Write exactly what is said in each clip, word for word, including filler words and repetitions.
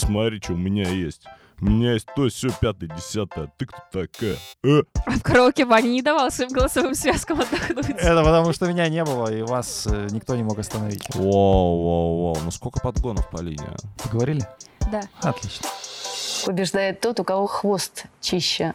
смотри, что у меня есть. У меня есть то, все, пятое, десятое, а ты кто такая? Э? А в караоке-бане не давал своим голосовым связкам отдохнуть? Это потому, что меня не было, и вас э, никто не мог остановить. Воу-воу-воу, ну сколько подгонов по линии? Поговорили? Да. Отлично. Побеждает тот, у кого хвост чище.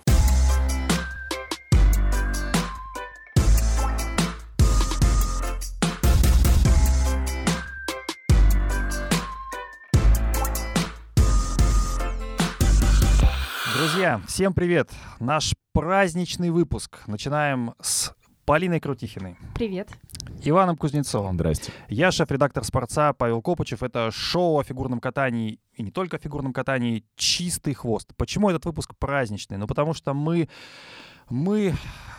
Друзья, всем привет! Наш праздничный выпуск. Начинаем с Полиной Крутихиной. Привет. Иваном Кузнецовым. Здрасте. Я шеф-редактор «Спорца» Павел Копычев. Это шоу о фигурном катании, и не только о фигурном катании, «Чистый хвост». Почему этот выпуск праздничный? Ну, потому что мы... мы...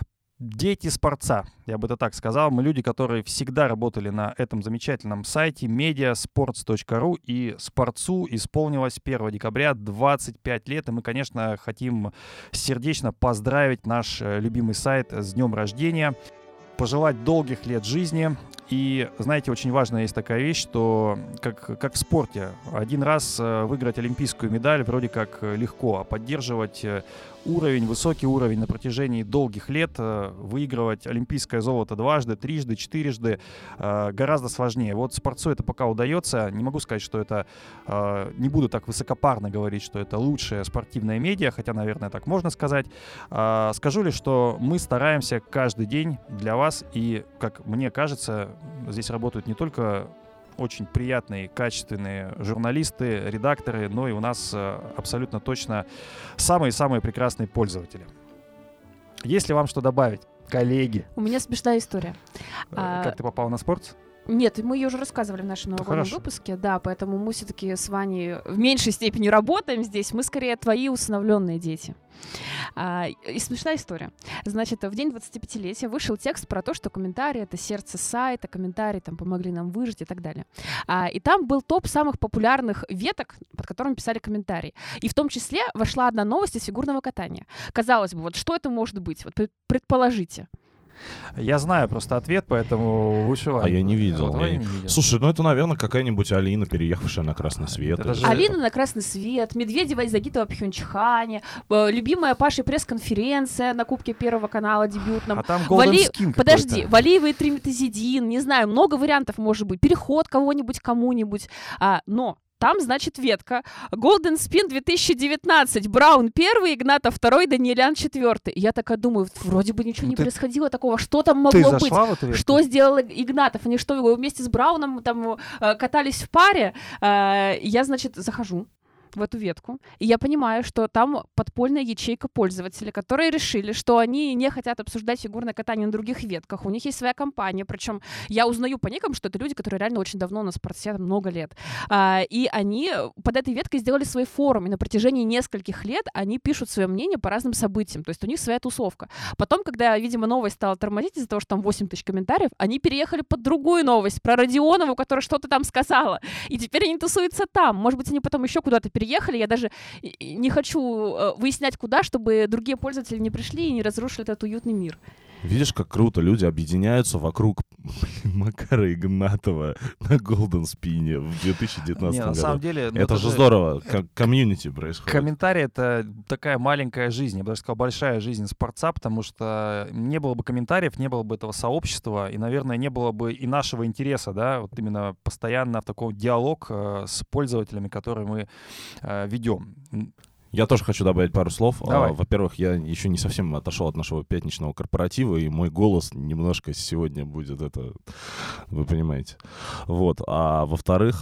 дети спорца, я бы это так сказал. Мы люди, которые всегда работали на этом замечательном сайте медиаспортс точка ру, и спорцу исполнилось первого декабря двадцать пять лет, и мы, конечно, хотим сердечно поздравить наш любимый сайт с днем рождения, пожелать долгих лет жизни. И, знаете, очень важная есть такая вещь, что как, как в спорте, один раз выиграть олимпийскую медаль вроде как легко, а поддерживать уровень, высокий уровень на протяжении долгих лет, выигрывать олимпийское золото дважды, трижды, четырежды гораздо сложнее. Вот спортсу это пока удается. Не могу сказать, что это, не буду так высокопарно говорить, что это лучшее спортивное медиа, хотя, наверное, так можно сказать. Скажу лишь, что мы стараемся каждый день для вас, и, как мне кажется, здесь работают не только очень приятные, качественные журналисты, редакторы, но и у нас абсолютно точно самые-самые прекрасные пользователи. Есть ли вам что добавить, коллеги? У меня смешная история. Как а... ты попал на спорт? Нет, мы ее уже рассказывали в нашем новогоднем Хорошо. выпуске, да, поэтому мы все-таки с Ваней в меньшей степени работаем здесь, мы скорее твои усыновленные дети. А, и смешная история. Значит, в день двадцатипятилетия вышел текст про то, что комментарии — это сердце сайта, комментарии там помогли нам выжить и так далее. А, и там был топ самых популярных веток, под которыми писали комментарии. И в том числе вошла одна новость из фигурного катания. Казалось бы, вот что это может быть? Вот предположите. Я знаю просто ответ, поэтому вышиваю. А я не видел. Вот, я не... не видел. Слушай, ну это, наверное, какая-нибудь Алина, переехавшая на Красный Свет. Это же... Алина на Красный Свет, Медведева и Загитова в Пхенчхане, любимая Пашей пресс-конференция на Кубке Первого канала дебютном. А там Golden Вали... Skin Подожди, какой-то. Валиева и Тримитазидин, не знаю, много вариантов может быть, переход кого-нибудь кому-нибудь, а, но... Там, значит, ветка. Golden Spin две тысячи девятнадцать. Браун первый, Игнатов второй, Даниэлян четвертый. Я такая думаю, вроде бы ничего Ну не ты... происходило такого. Что там могло Ты быть? зашла в эту ветку? Что сделал Игнатов? Они что, вместе с Брауном там катались в паре? Я, значит, захожу в эту ветку, и я понимаю, что там подпольная ячейка пользователей, которые решили, что они не хотят обсуждать фигурное катание на других ветках. У них есть своя компания, причем я узнаю по никам, что это люди, которые реально очень давно на спорте, много лет. А, и они под этой веткой сделали свой форум, и на протяжении нескольких лет они пишут свое мнение по разным событиям, то есть у них своя тусовка. Потом, когда, видимо, новость стала тормозить из-за того, что там восемь тысяч комментариев, они переехали под другую новость про Родионову, которая что-то там сказала, и теперь они тусуются там. Может быть, они потом еще куда-то переехали. Я даже не хочу выяснять, куда, чтобы другие пользователи не пришли и не разрушили этот уютный мир. Видишь, как круто люди объединяются вокруг Макара Игнатова на Golden Spin в две тысячи девятнадцатом Не, на году. самом деле, ну, это, это же здорово, как комьюнити происходит. Комментарий — это такая маленькая жизнь, я бы даже сказал, большая жизнь спорца, потому что не было бы комментариев, не было бы этого сообщества, и, наверное, не было бы и нашего интереса, да, вот именно постоянно в такой диалог э, с пользователями, которые мы э, ведем. Я тоже хочу добавить пару слов. Давай. Во-первых, я еще не совсем отошел от нашего пятничного корпоратива, и мой голос немножко сегодня будет это, вы понимаете. Вот. А во-вторых,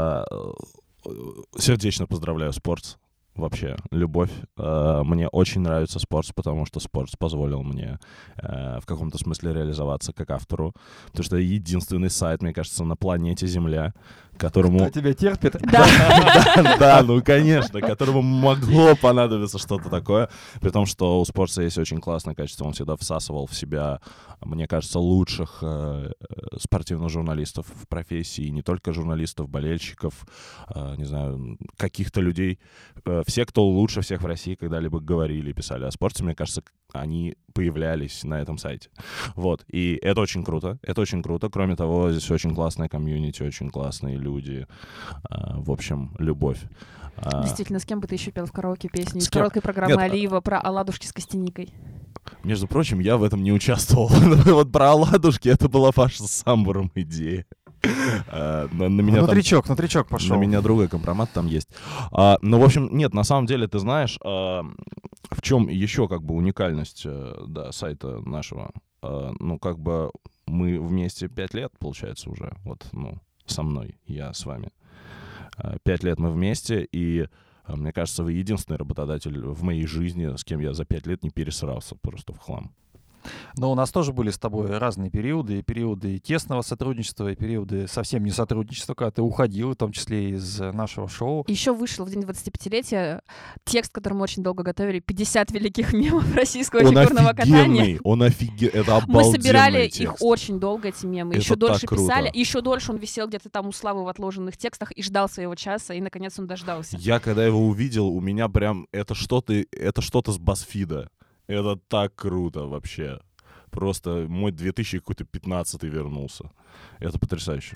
сердечно поздравляю Спортс. Вообще, любовь. Мне очень нравится Спортс, потому что Спортс позволил мне в каком-то смысле реализоваться как автору. Потому что это единственный сайт, мне кажется, на планете Земля, которому... Кто тебя терпит? Да. Да, ну конечно, которому могло понадобиться что-то такое. При том, что у Спортса есть очень классное качество. Он всегда всасывал в себя, мне кажется, лучших спортивных журналистов в профессии. Не только журналистов, болельщиков, не знаю, каких-то людей. Все, кто лучше всех в России когда-либо говорили и писали о спорте, мне кажется, они появлялись на этом сайте. Вот. И это очень круто. Это очень круто. Кроме того, здесь очень классная комьюнити, очень классные люди. А, в общем, любовь. А... Действительно, с кем бы ты еще пел в караоке песни? Из кем? короткой программы Нет, Алиева про оладушки с костяникой. Между прочим, я в этом не участвовал. Вот про оладушки это была Паша с Самбуром идея. Uh, на, на меня внутричок, там, внутричок пошел. На меня другой компромат там есть. Uh, ну, в общем, нет, на самом деле, ты знаешь, uh, в чем еще как бы уникальность uh, да, сайта нашего? Uh, ну, как бы мы вместе пять лет, получается, уже. Вот, ну, со мной, я с вами. Uh, пять лет мы вместе, и uh, мне кажется, вы единственный работодатель в моей жизни, с кем я за пять лет не пересрался просто в хлам. Но у нас тоже были с тобой разные периоды, и периоды тесного сотрудничества, и периоды совсем не сотрудничества, когда ты уходил, в том числе из нашего шоу. Еще вышел в день двадцатипятилетия текст, который мы очень долго готовили, пятьдесят великих мемов российского он фигурного офигенный, катания. Он офигенный, это обалденный Мы собирали текст. их очень долго, эти мемы. Это еще дольше круто. писали, еще дольше он висел где-то там у Славы в отложенных текстах и ждал своего часа, и наконец он дождался. Я когда его увидел, у меня прям это что-то, это что-то с BuzzFeed. Это так круто вообще. Просто мой две тысячи пятнадцатый вернулся. Это потрясающе.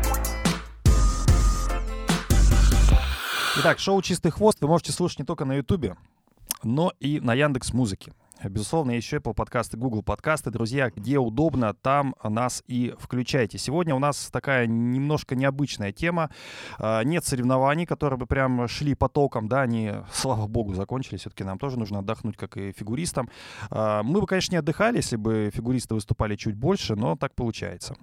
Итак, шоу «Чистый хвост» вы можете слушать не только на Ютубе, но и на Яндекс.Музыке. Безусловно, еще Apple подкасты, Google подкасты. Друзья, где удобно, там нас и включайте. Сегодня у нас такая немножко необычная тема. Нет соревнований, которые бы прям шли потоком, да, они, слава богу, закончились. Все-таки нам тоже нужно отдохнуть, как и фигуристам. Мы бы, конечно, не отдыхали, если бы фигуристы выступали чуть больше, но так получается.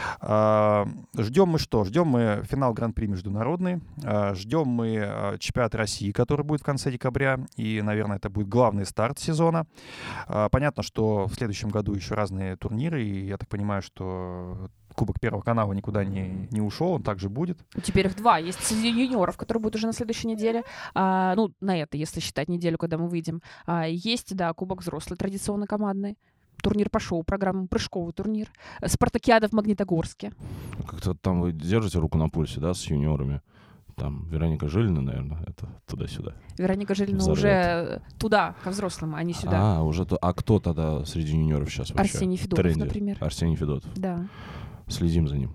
Ждем мы что? Ждем мы финал Гран-при международный. Ждем мы чемпионат России, который будет в конце декабря. И, наверное, это будет главный старт сезона. Понятно, что в следующем году еще разные турниры, и я так понимаю, что Кубок Первого канала никуда не, не ушел, он также будет. Теперь их два. Есть среди юниоров, которые будут уже на следующей неделе. А, ну, на это, если считать неделю, когда мы выйдем. А, есть, да, Кубок взрослый, традиционно командный. Турнир по шоу, программа прыжковый турнир. Спартакиада в Магнитогорске. Как-то там вы держите руку на пульсе, да, с юниорами? Там Вероника Жилина, наверное, это туда-сюда. Вероника Жилина Взорвет. Уже туда, ко взрослым, а не сюда. А, уже то. А кто тогда среди юниоров сейчас вообще? Арсений Федотов, Тренде? например. Арсений Федотов. Да. Следим за ним.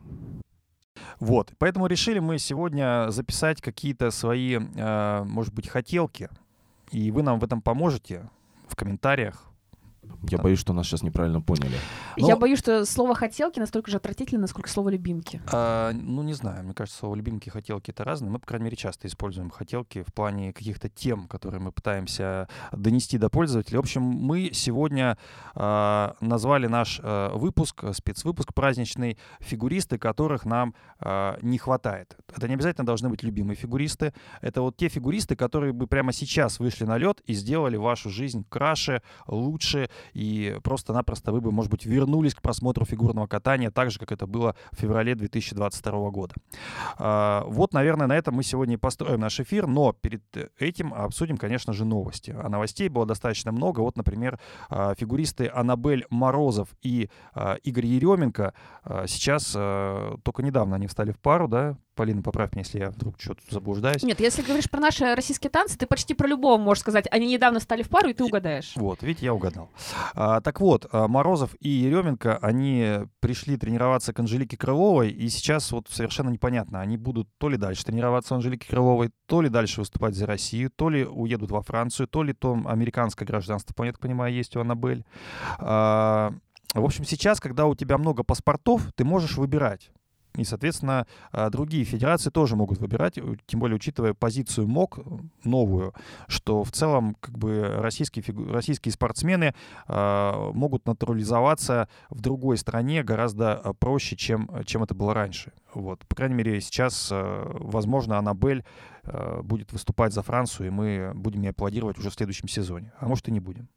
Вот, поэтому решили мы сегодня записать какие-то свои, э, может быть, хотелки, и вы нам в этом поможете в комментариях. Я Да. боюсь, что нас сейчас неправильно поняли. Я Но- боюсь, что слово «хотелки» настолько же отвратительно, насколько слово «любимки». А, ну, не знаю, мне кажется, слово «любимки» и «хотелки» — это разные. Мы, по крайней мере, часто используем «хотелки» в плане каких-то тем, которые мы пытаемся донести до пользователей. В общем, мы сегодня а, назвали наш а, выпуск, спецвыпуск праздничный, «Фигуристы, которых нам а, не хватает». Это не обязательно должны быть любимые фигуристы. Это вот те фигуристы, которые бы прямо сейчас вышли на лед и сделали вашу жизнь краше, лучше, и просто-напросто вы бы, может быть, вернулись к просмотру фигурного катания так же, как это было в феврале две тысячи двадцать второго года. А, вот, наверное, на этом мы сегодня и построим наш эфир, но перед этим обсудим, конечно же, новости. А новостей было достаточно много. Вот, например, а, фигуристы Аннабель Морозов и а, Игорь Еременко а, сейчас, а, только недавно они встали в пару, да? Полина, поправь меня, если я вдруг что-то заблуждаюсь. Нет, если говоришь про наши российские танцы, ты почти про любого можешь сказать. Они недавно стали в пару, и ты угадаешь. Вот, видите, я угадал. А, так вот, а, Морозов и Еременко, они пришли тренироваться к Анжелике Крыловой, и сейчас вот совершенно непонятно, они будут то ли дальше тренироваться у Анжелики Крыловой, то ли дальше выступать за Россию, то ли уедут во Францию, то ли то американское гражданство, я так понимаю, есть у Аннабель. А, в общем, сейчас, когда у тебя много паспортов, ты можешь выбирать. И, соответственно, другие федерации тоже могут выбирать, тем более учитывая позицию МОК новую, что в целом как бы российские, фигу... российские спортсмены э, могут натурализоваться в другой стране гораздо проще, чем, чем это было раньше. Вот. По крайней мере, сейчас, э, возможно, Аннабель э, будет выступать за Францию, и мы будем ей аплодировать уже в следующем сезоне. А может, и не будем.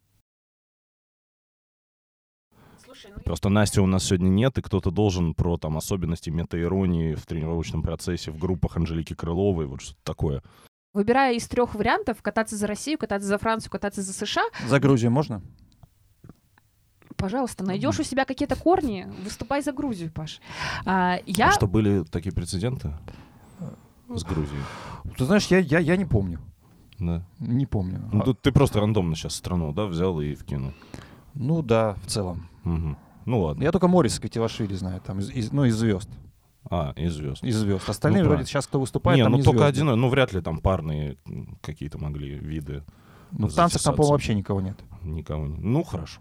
Просто Насти у нас сегодня нет, и кто-то должен про там особенности метаиронии в тренировочном процессе в группах Анжелики Крыловой, вот что-то такое. Выбирая из трех вариантов, кататься за Россию, кататься за Францию, кататься за США, За Грузию можно? пожалуйста, найдешь у себя какие-то корни, выступай за Грузию, Паш. А, я... А что, были такие прецеденты с Грузией? Ты знаешь, я, я, я не помню. Да. Не помню. Ну, тут ты просто рандомно сейчас страну, да, взял и вкинул. Ну да, в целом. Угу. Ну ладно. Я только Мориса Катилашвили знаю, там, из, из, ну, из звезд. А, из звезд. Из звезд. Остальные Ну, вроде правильно. сейчас, кто выступает, Не, там ну не только звезды. один, ну вряд ли там парные какие-то могли виды. Ну, в танцах там, записаться. по-моему, вообще никого нет. Никого не. Ну, хорошо.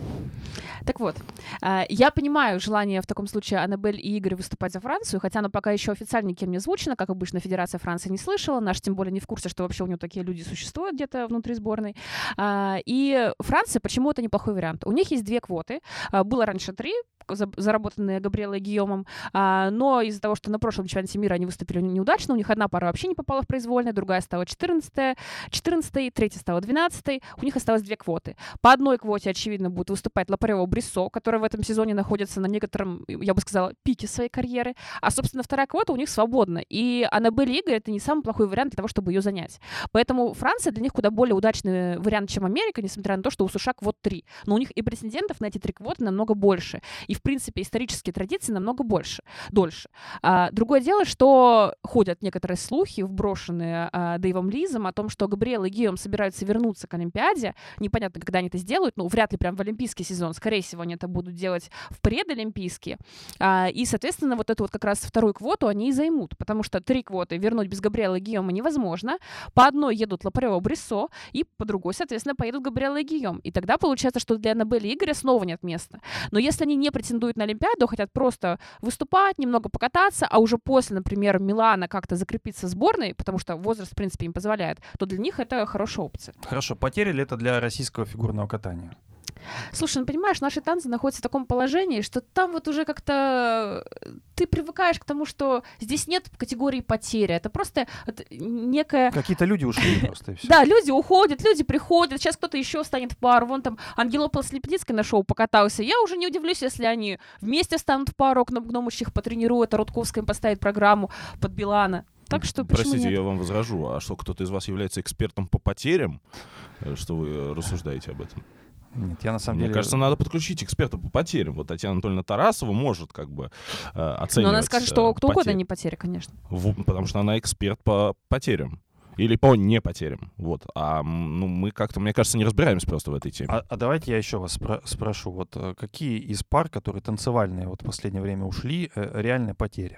Так вот, а, я понимаю желание в таком случае Аннабель и Игоря выступать за Францию, хотя оно пока еще официально никем не озвучено, как обычно, Федерация Франции не слышала, наш тем более не в курсе, что вообще у него такие люди существуют где-то внутри сборной. А, И Франция почему-то неплохой вариант. У них есть две квоты, А, было раньше три, за- заработанные Габриэлой и Гийомом, а, но из-за того, что на прошлом чемпионате мира они выступили неудачно, у них одна пара вообще не попала в произвольное, другая стала четырнадцатой, четырнадцатой, третья стала двенадцатой, у них осталось две квоты. По одной квоте, очевидно, будет выступать Лапарева-Бриссо, которая в этом сезоне находится на некотором, я бы сказала, пике своей карьеры, а, собственно, вторая квота у них свободна, и Аннабель и Игорь — это не самый плохой вариант для того, чтобы ее занять. Поэтому Франция для них куда более удачный вариант, чем Америка, несмотря на то, что у США квот три. Но у них и претендентов на эти три квоты намного больше. И, в принципе, исторические традиции намного больше, дольше. А, другое дело, что ходят некоторые слухи, вброшенные а, Дэйвом Лизом, о том, что Габриэл и Гийом собираются вернуться к Олимпиаде. Непонятно, когда они это сделают, но вряд ли прям в олимпийский сезон. Скорее всего, они это будут делать в предолимпийские. А, и, соответственно, вот эту вот как раз вторую квоту они и займут, потому что три квоты вернуть без Габриэла и Гийома невозможно. По одной едут Лапарева-Бриссо, и по другой, соответственно, поедут Габриэл и Гийом. И тогда получается, что для Аннабель и Игоря снова нет места. Но если они не претендуют на Олимпиаду, хотят просто выступать, немного покататься, а уже после, например, Милана как-то закрепиться в сборной, потому что возраст, в принципе, им позволяет, то для них это хорошая опция. Хорошо, потеря ли это для российского фигурного катания? Слушай, ну понимаешь, наши танцы находятся в таком положении, что там вот уже как-то ты привыкаешь к тому, что здесь нет категории потери. Это просто это некая... Какие-то люди ушли просто, и все. Да, люди уходят, люди приходят, сейчас кто-то еще станет в пару. Вон там Ангелополос Лепницкая на шоу покатался. Я уже не удивлюсь, если они вместе станут в пару, Гномычих потренируют, а Рудковская им поставит программу под Билана. Так что почему Простите, нет? я вам возражу. А что, кто-то из вас является экспертом по потерям? Э, Что вы рассуждаете об этом? Нет, я на самом Мне деле... кажется, надо подключить эксперта по потерям. Вот Татьяна Анатольевна Тарасова может как бы э, оценивать. Но она скажет, что э, кто угодно потери. не потеря, конечно. В- потому что она эксперт по потерям. Или по не потерям. Вот. А м, ну, мы как-то, мне кажется, не разбираемся просто в этой теме. А, а давайте я еще вас спро- спрошу. Вот э, какие из пар, которые танцевальные вот в последнее время ушли, э, реальная потеря?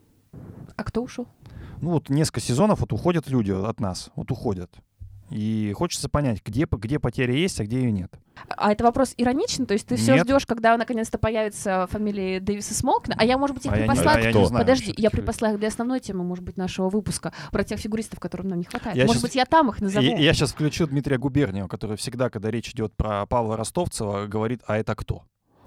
А кто ушел? Ну вот несколько сезонов вот уходят люди от нас, вот уходят. И хочется понять, где, п- где потеря есть, а где ее нет. А это вопрос ироничный? То есть ты все Нет. ждешь, когда наконец-то появится фамилия Дэвиса Смолкина? А я, может быть, их А я не- припасла... а я не знаю Подожди, всё-таки. я припасла их для основной темы, может быть, нашего выпуска, про тех фигуристов, которым нам не хватает. Я может щас- быть, я там их назову. Я, я сейчас включу Дмитрия Губерниева, который всегда, когда речь идет про Павла Ростовцева, говорит: а это кто?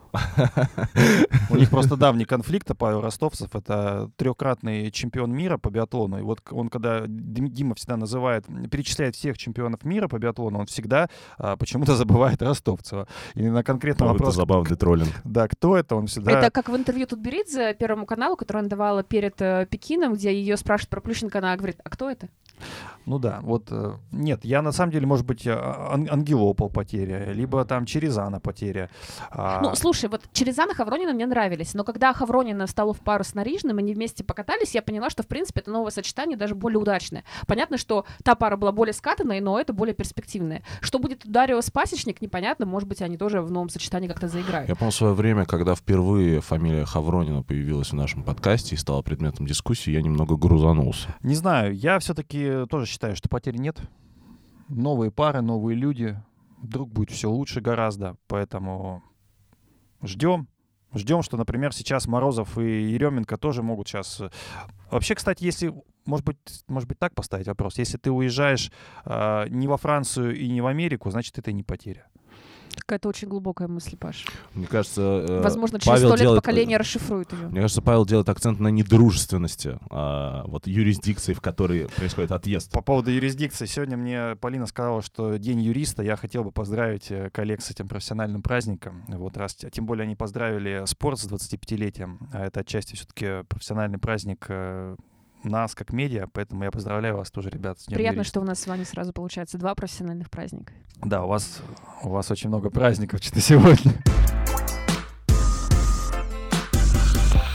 У них просто давний конфликт, а Павел Ростовцев — это трехкратный чемпион мира по биатлону. И вот он, когда Дим- Дима всегда называет, перечисляет всех чемпионов мира по биатлону, он всегда а, почему-то забывает Ростовцева. И на конкретный Ну, это вопрос, забавный троллинг. да, кто это, он всегда... Это как в интервью Тутберидзе Первому каналу, которое она давала перед э, Пекином, где ее спрашивают про Плющенко, она говорит: а кто это? Ну да, вот э, нет, я на самом деле, может быть, э, Ан- Ангелопол потеря, либо там Черезана потеря. А, Ну, слушай, вот Черезана, Хавронина мне нравились, но когда Хавронина стала в пару с Нарижным, они вместе покатались, я поняла, что, в принципе, это новое сочетание даже более удачное. Понятно, что та пара была более скатанной, но это более перспективная. Что будет у Дарио с Пасечник, непонятно, может быть, они тоже в новом сочетании как-то заиграют. Я помню в свое время, когда впервые фамилия Хавронина появилась в нашем подкасте и стала предметом дискуссии, я немного грузанулся. Не знаю, я все-таки тоже считаю, что потерь нет. Новые пары, новые люди. Вдруг будет все лучше гораздо, поэтому ждем. Ждем, что, например, сейчас Морозов и Еременко тоже могут сейчас... Вообще, кстати, если... Может быть, может быть, так поставить вопрос. Если ты уезжаешь э, не во Францию и не в Америку, значит, это не потеря. Какая-то очень глубокая мысль, Паш. Мне кажется, э, Возможно, через Павел сто лет делает- поколение расшифрует ее. Мне кажется, Павел делает акцент на недружественности а, вот юрисдикции, в которой происходит отъезд. По поводу юрисдикции. Сегодня мне Полина сказала, что День юриста. Я хотел бы поздравить э, коллег с этим профессиональным праздником. Вот раз, тем более они поздравили спорт с двадцатипятилетием. А это отчасти все-таки профессиональный праздник э, нас, как медиа. Поэтому я поздравляю вас тоже, ребят, с Днем Приятно, юриста. что у нас с вами сразу получается два профессиональных праздника. Да, у вас, у вас очень много праздников что-то сегодня.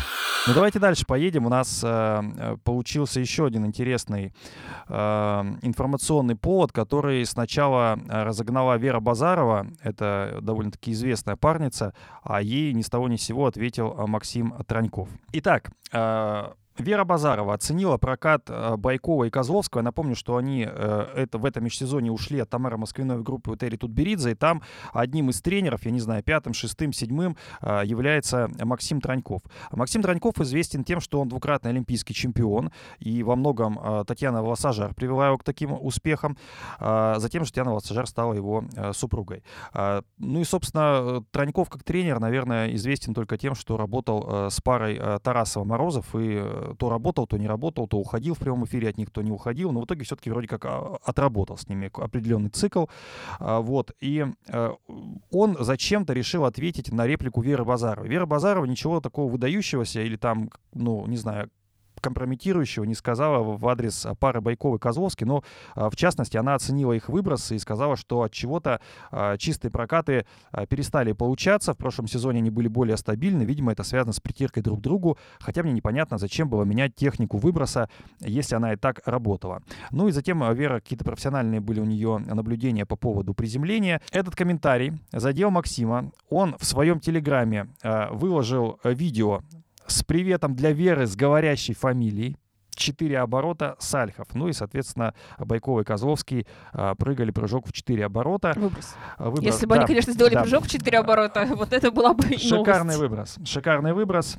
Ну, давайте дальше поедем. У нас э, получился еще один интересный э, информационный повод, который сначала разогнала Вера Базарова. Это довольно-таки известная парница, а ей ни с того ни с сего ответил Максим Траньков. Итак, э, Вера Базарова оценила прокат э, Байкова и Козловского. Я напомню, что они э, это, в этом межсезонье ушли от Тамары Москвиной в группу Терри Тутберидзе, и там одним из тренеров, я не знаю, пятым, шестым, седьмым э, является Максим Траньков. Максим Траньков известен тем, что он двукратный олимпийский чемпион, и во многом э, Татьяна Волосожар привела его к таким успехам. Э, затем же Татьяна Волосожар стала его э, супругой. Э, ну и, собственно, Траньков как тренер, наверное, известен только тем, что работал э, с парой э, Тарасова-Морозов, и э, то работал, то не работал, то уходил в прямом эфире от них, то не уходил, но в итоге все-таки вроде как отработал с ними определенный цикл. Вот. И он зачем-то решил ответить на реплику Веры Базаровой. Вера Базарова ничего такого выдающегося или там, ну, не знаю, компрометирующего не сказала в адрес пары Байкова и Козловский, но в частности она оценила их выбросы и сказала, что от чего-то чистые прокаты перестали получаться. В прошлом сезоне они были более стабильны. Видимо, это связано с притиркой друг к другу, хотя мне непонятно, зачем было менять технику выброса, если она и так работала. Ну и затем Вера, какие-то профессиональные были у нее наблюдения по поводу приземления. Этот комментарий задел Максима. Он в своем телеграме выложил видео с приветом для Веры с говорящей фамилией. Четыре оборота Сальхов. Ну и, соответственно, Байкова и Козловский а, прыгали прыжок в четыре оборота. Выброс. Выброс. Если бы да, они, конечно, сделали да. прыжок в четыре оборота, вот это была бы Шикарный новость. выброс. Шикарный выброс.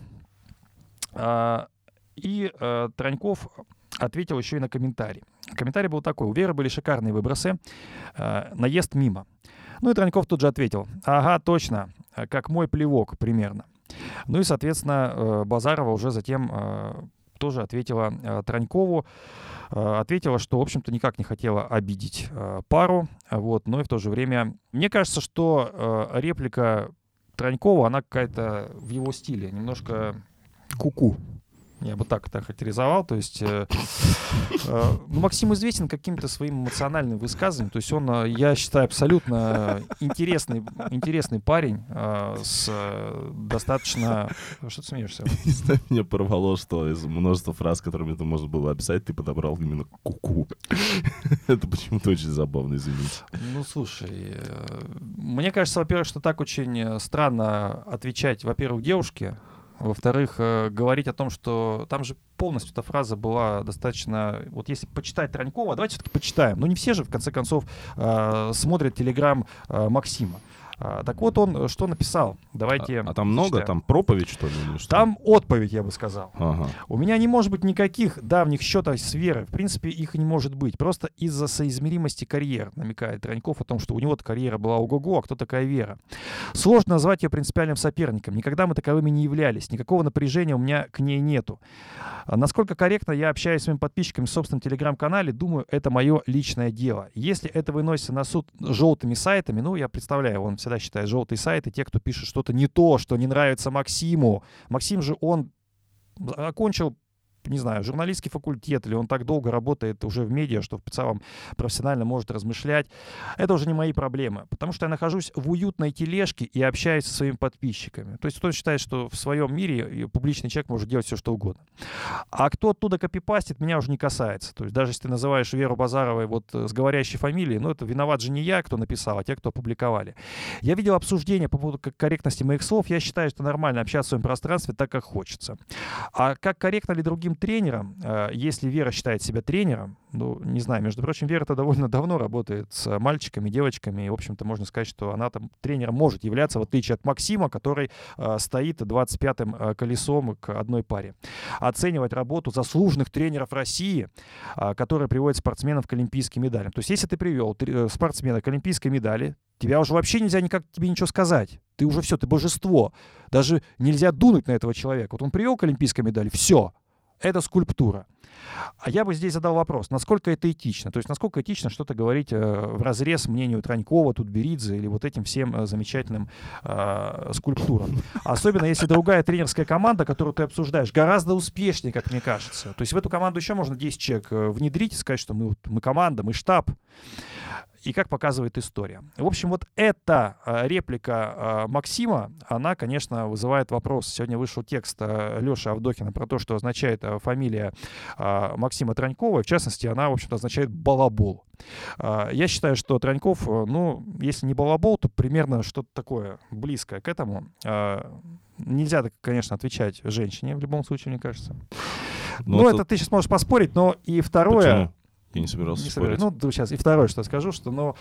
А, и а, Траньков ответил еще и на комментарий. Комментарий был такой. У Веры были шикарные выбросы. А, наезд мимо. Ну и Траньков тут же ответил. Ага, точно. Как мой плевок примерно. Ну и, соответственно, Базарова уже затем тоже ответила Транькову. Ответила, что, в общем-то, никак не хотела обидеть пару. Вот, но и в то же время... Мне кажется, что реплика Транькова, она какая-то в его стиле. Немножко ку-ку. Я бы так это характеризовал. То есть э, э, ну, Максим известен каким-то своим эмоциональным высказыванием. То есть он, я считаю, абсолютно интересный, интересный парень э, с э, достаточно... Что ты смеешься? Не знаю, меня порвало, что из множества фраз, которыми это можно было описать, ты подобрал именно ку-ку. Это почему-то очень забавно, извините. Ну, слушай, э, мне кажется, во-первых, что так очень странно отвечать, во-первых, девушке. Во-вторых, э, говорить о том, что там же полностью эта фраза была достаточно... Вот если почитать Транькова, давайте все-таки почитаем. Ну не все же, в конце концов, э, смотрят телеграм э, Максима. А, так вот он что написал. Давайте... А, а там много? зачитаем. Там проповедь, что ли? Или что? Там отповедь, я бы сказал. Ага. У меня не может быть никаких давних счетов с Верой. В принципе, их не может быть. Просто из-за соизмеримости карьер, намекает Траньков о том, что у него-то карьера была ого-го, а кто такая Вера. Сложно назвать ее принципиальным соперником. Никогда мы таковыми не являлись. Никакого напряжения у меня к ней нету. Насколько корректно я общаюсь с своими подписчиками в собственном телеграм-канале, думаю, это мое личное дело. Если это выносится на суд желтыми сайтами, ну, я представляю, он всегда считает желтые сайты, те, кто пишет что-то не то, что не нравится Максиму. Максим же, он окончил, не знаю, журналистский факультет, или он так долго работает уже в медиа, что в целом профессионально может размышлять. Это уже не мои проблемы, потому что я нахожусь в уютной тележке и общаюсь со своими подписчиками. То есть кто считает, что в своем мире публичный человек может делать все, что угодно. А кто оттуда копипастит, меня уже не касается. То есть даже если ты называешь Веру Базаровой вот с говорящей фамилией, ну это виноват же не я, кто написал, а те, кто опубликовали. Я видел обсуждение по поводу корректности моих слов. Я считаю, что нормально общаться в своем пространстве так, как хочется. А как корректно ли другим тренером, если Вера считает себя тренером, ну, не знаю, между прочим, Вера-то довольно давно работает с мальчиками, девочками, и, в общем-то, можно сказать, что она там тренером может являться, в отличие от Максима, который э, стоит двадцать пятым э, колесом к одной паре. Оценивать работу заслуженных тренеров России, э, которые приводят спортсменов к олимпийским медалям. То есть, если ты привел э, спортсмена к олимпийской медали, тебя уже вообще нельзя никак тебе ничего сказать. Ты уже все, ты божество. Даже нельзя дунуть на этого человека. Вот он привел к олимпийской медали, все. Это скульптура. А я бы здесь задал вопрос, насколько это этично? То есть насколько этично что-то говорить э, вразрез мнению Транькова, Тутберидзе или вот этим всем э, замечательным э, скульптурам? Особенно если другая тренерская команда, которую ты обсуждаешь, гораздо успешнее, как мне кажется. То есть в эту команду еще можно десять человек э, внедрить и сказать, что мы, мы команда, мы штаб. и как показывает история. В общем, вот эта э, реплика э, Максима, она, конечно, вызывает вопрос. Сегодня вышел текст э, Леши Авдохина про то, что означает э, фамилия э, Максима Тронькова. В частности, она, в общем-то, означает «балабол». Э, я считаю, что Троньков, э, ну, если не балабол, то примерно что-то такое близкое к этому. Э, нельзя, конечно, отвечать женщине в любом случае, мне кажется. Ну, ну это... это ты сейчас можешь поспорить, но и второе... Почему? Я не собирался не спорить. Ну, сейчас и второе, что скажу, что, ну...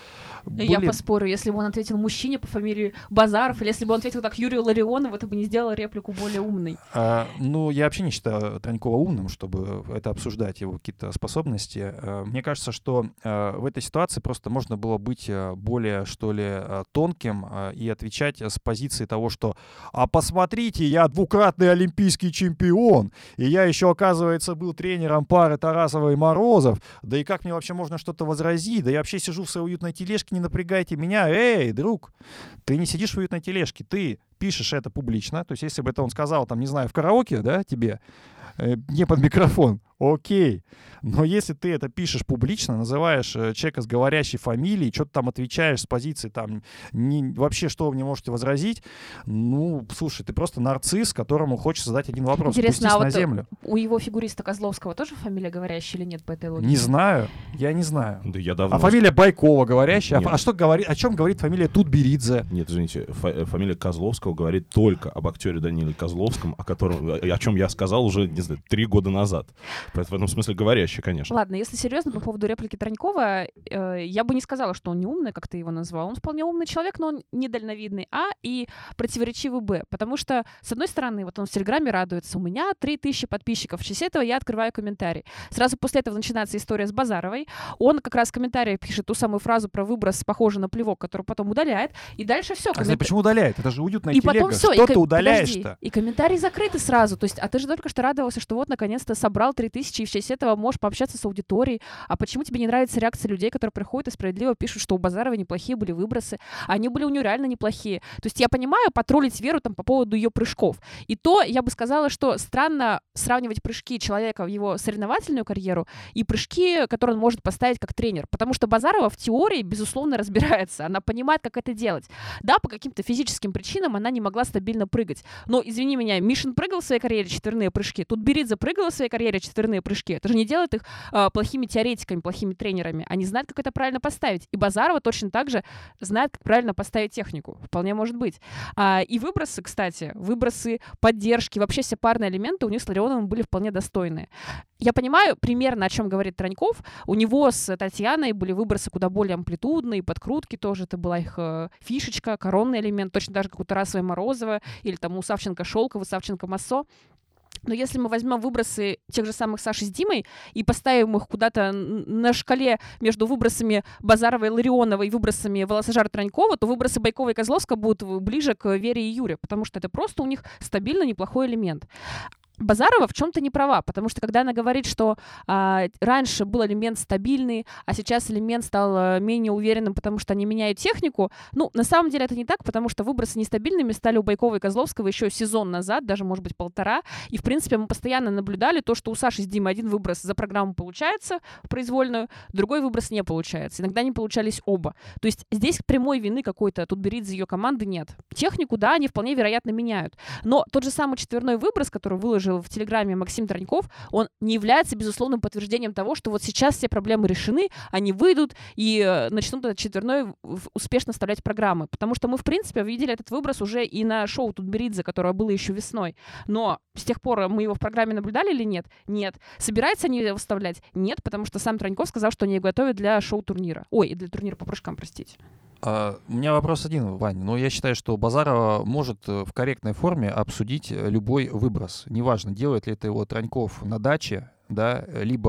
Я поспорю, если бы он ответил мужчине по фамилии Базаров, или если бы он ответил так Юрию Ларионову, это бы не сделало реплику более умной. А, ну, я вообще не считаю Тронькова умным, чтобы это обсуждать, его какие-то способности. А, мне кажется, что а, в этой ситуации просто можно было быть более, что ли, тонким а, и отвечать с позиции того, что «А посмотрите, я двукратный олимпийский чемпион, и я еще, оказывается, был тренером пары Тарасова и Морозов, да и как мне вообще можно что-то возразить? Да я вообще сижу в своей уютной тележке, не напрягайте меня. Эй, друг, ты не сидишь в уютной тележке, ты пишешь это публично. То есть если бы это он сказал, там, не знаю, в караоке, да, тебе, э, не под микрофон, окей. Но если ты это пишешь публично, называешь э, человека с говорящей фамилией, что-то там отвечаешь с позиции, там, не, вообще, что вы мне можете возразить, ну, слушай, ты просто нарцисс, которому хочешь задать один вопрос. Интересно, Спустись а на вот землю. У его фигуриста Козловского тоже фамилия говорящая или нет по этой логике? Не знаю, я не знаю. Да я давно... А фамилия Байкова говорящая? Нет. А, а что говорит, о чем говорит фамилия Тутберидзе? Нет, извините, фа- фамилия Козловского говорит только об актере Даниле Козловском, о котором, о чем я сказал уже, не знаю, три года назад. Поэтому в этом смысле говорящий, конечно. Ладно, если серьезно по поводу реплики Тронькова, э, я бы не сказала, что он не умный, как ты его назвал. Он вполне умный человек, но он недальновидный, а, и противоречивый, б. Потому что, с одной стороны, вот он в Телеграме радуется, у меня три тысячи подписчиков, в честь этого я открываю комментарий. Сразу после этого начинается история с Базаровой. Он как раз в комментариях пишет ту самую фразу про выброс, похожий на плевок, который потом удаляет, и дальше все. А Коммент... знаешь, почему удаляет? Это же уютная И телега. потом все, Что и ты ком... удаляешь-то? Подожди. И комментарии закрыты сразу. То есть, а ты же только что радовался, что вот наконец-то собрал три тысячи, и в честь этого можешь пообщаться с аудиторией. А почему тебе не нравится реакция людей, которые приходят и справедливо пишут, что у Базаровой неплохие были выбросы? Они были у нее реально неплохие. То есть я понимаю потроллить Веру там по поводу ее прыжков. И то я бы сказала, что странно сравнивать прыжки человека в его соревновательную карьеру и прыжки, которые он может поставить как тренер. Потому что Базарова в теории, безусловно, разбирается. Она понимает, как это делать. Да, по каким-то физическим причинам она не могла стабильно прыгать. Но, извини меня, Мишин прыгал в своей карьере четверные прыжки, Тутберидзе прыгала в своей карьере четверные прыжки. Это же не делает их э, плохими теоретиками, плохими тренерами. Они знают, как это правильно поставить. И Базарова точно так же знает, как правильно поставить технику. Вполне может быть. А, и выбросы, кстати, выбросы, поддержки, вообще все парные элементы у них с Ларионовым были вполне достойные. Я понимаю примерно, о чем говорит Троньков. У него с Татьяной были выбросы куда более амплитудные, подкрутки тоже. Это была их э, фишечка, коронный элемент, точно так же, как у Тарасовой Морозова или там у Савченко Шелкова, Савченко Массо. Но если мы возьмем выбросы тех же самых Саши с Димой и поставим их куда-то на шкале между выбросами Базарова и Ларионова и выбросами Волосожара Тронькова, то выбросы Байкова и Козловского будут ближе к Вере и Юре, потому что это просто у них стабильно неплохой элемент. Базарова в чем-то не права, потому что когда она говорит, что а, раньше был элемент стабильный, а сейчас элемент стал а, менее уверенным, потому что они меняют технику, ну, на самом деле это не так, потому что выбросы нестабильными стали у Байкова и Козловского еще сезон назад, даже, может быть, полтора, и, в принципе, мы постоянно наблюдали то, что у Саши с Димой один выброс за программу получается в произвольную, другой выброс не получается. Иногда не получались оба. То есть здесь прямой вины какой-то Тутберидзе и ее команды нет. Технику, да, они вполне вероятно меняют, но тот же самый четверной выброс, который выложил в Телеграме Максим Троньков, он не является безусловным подтверждением того, что вот сейчас все проблемы решены, они выйдут и э, начнут этот четверной успешно вставлять программы. Потому что мы, в принципе, видели этот выброс уже и на шоу Тутберидзе, которое было еще весной. Но с тех пор мы его в программе наблюдали или нет? Нет. Собираются они его вставлять? Нет, потому что сам Троньков сказал, что они его готовят для шоу-турнира. Ой, и для турнира по прыжкам, простите. Uh, у меня вопрос один, Вань. Но я считаю, что Базарова может в корректной форме обсудить любой выброс. Неважно, делает ли это его Троньков на даче, да,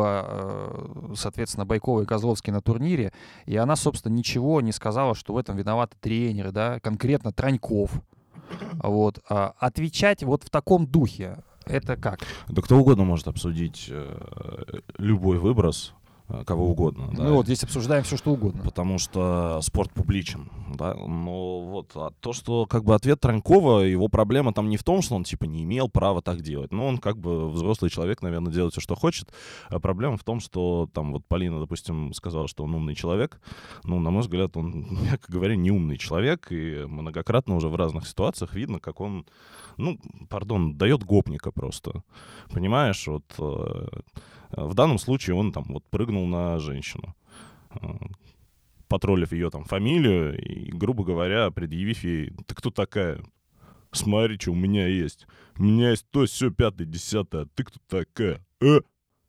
либо, соответственно, Байкова и Козловский на турнире. И она, собственно, ничего не сказала, что в этом виноваты тренеры, да, конкретно Троньков. Вот. А отвечать вот в таком духе, это как? Да кто угодно может обсудить э, любой выброс кого угодно. Да. Ну вот здесь обсуждаем все, что угодно. Потому что спорт публичен, да. Но вот а то, что как бы ответ Тронькова, его проблема там не в том, что он типа не имел права так делать. Ну, он как бы взрослый человек, наверное, делает все, что хочет. А проблема в том, что там вот Полина, допустим, сказала, что он умный человек. Ну, на мой взгляд, он, мягко говоря, не умный человек. И многократно уже в разных ситуациях видно, как он, ну, пардон, дает гопника просто. Понимаешь, вот... В данном случае он там вот прыгнул на женщину, потроллив ее там фамилию и, грубо говоря, предъявив ей: ты кто такая? Смотри, что у меня есть. У меня есть то, сё, пятое, десятое, а ты кто такая? Э?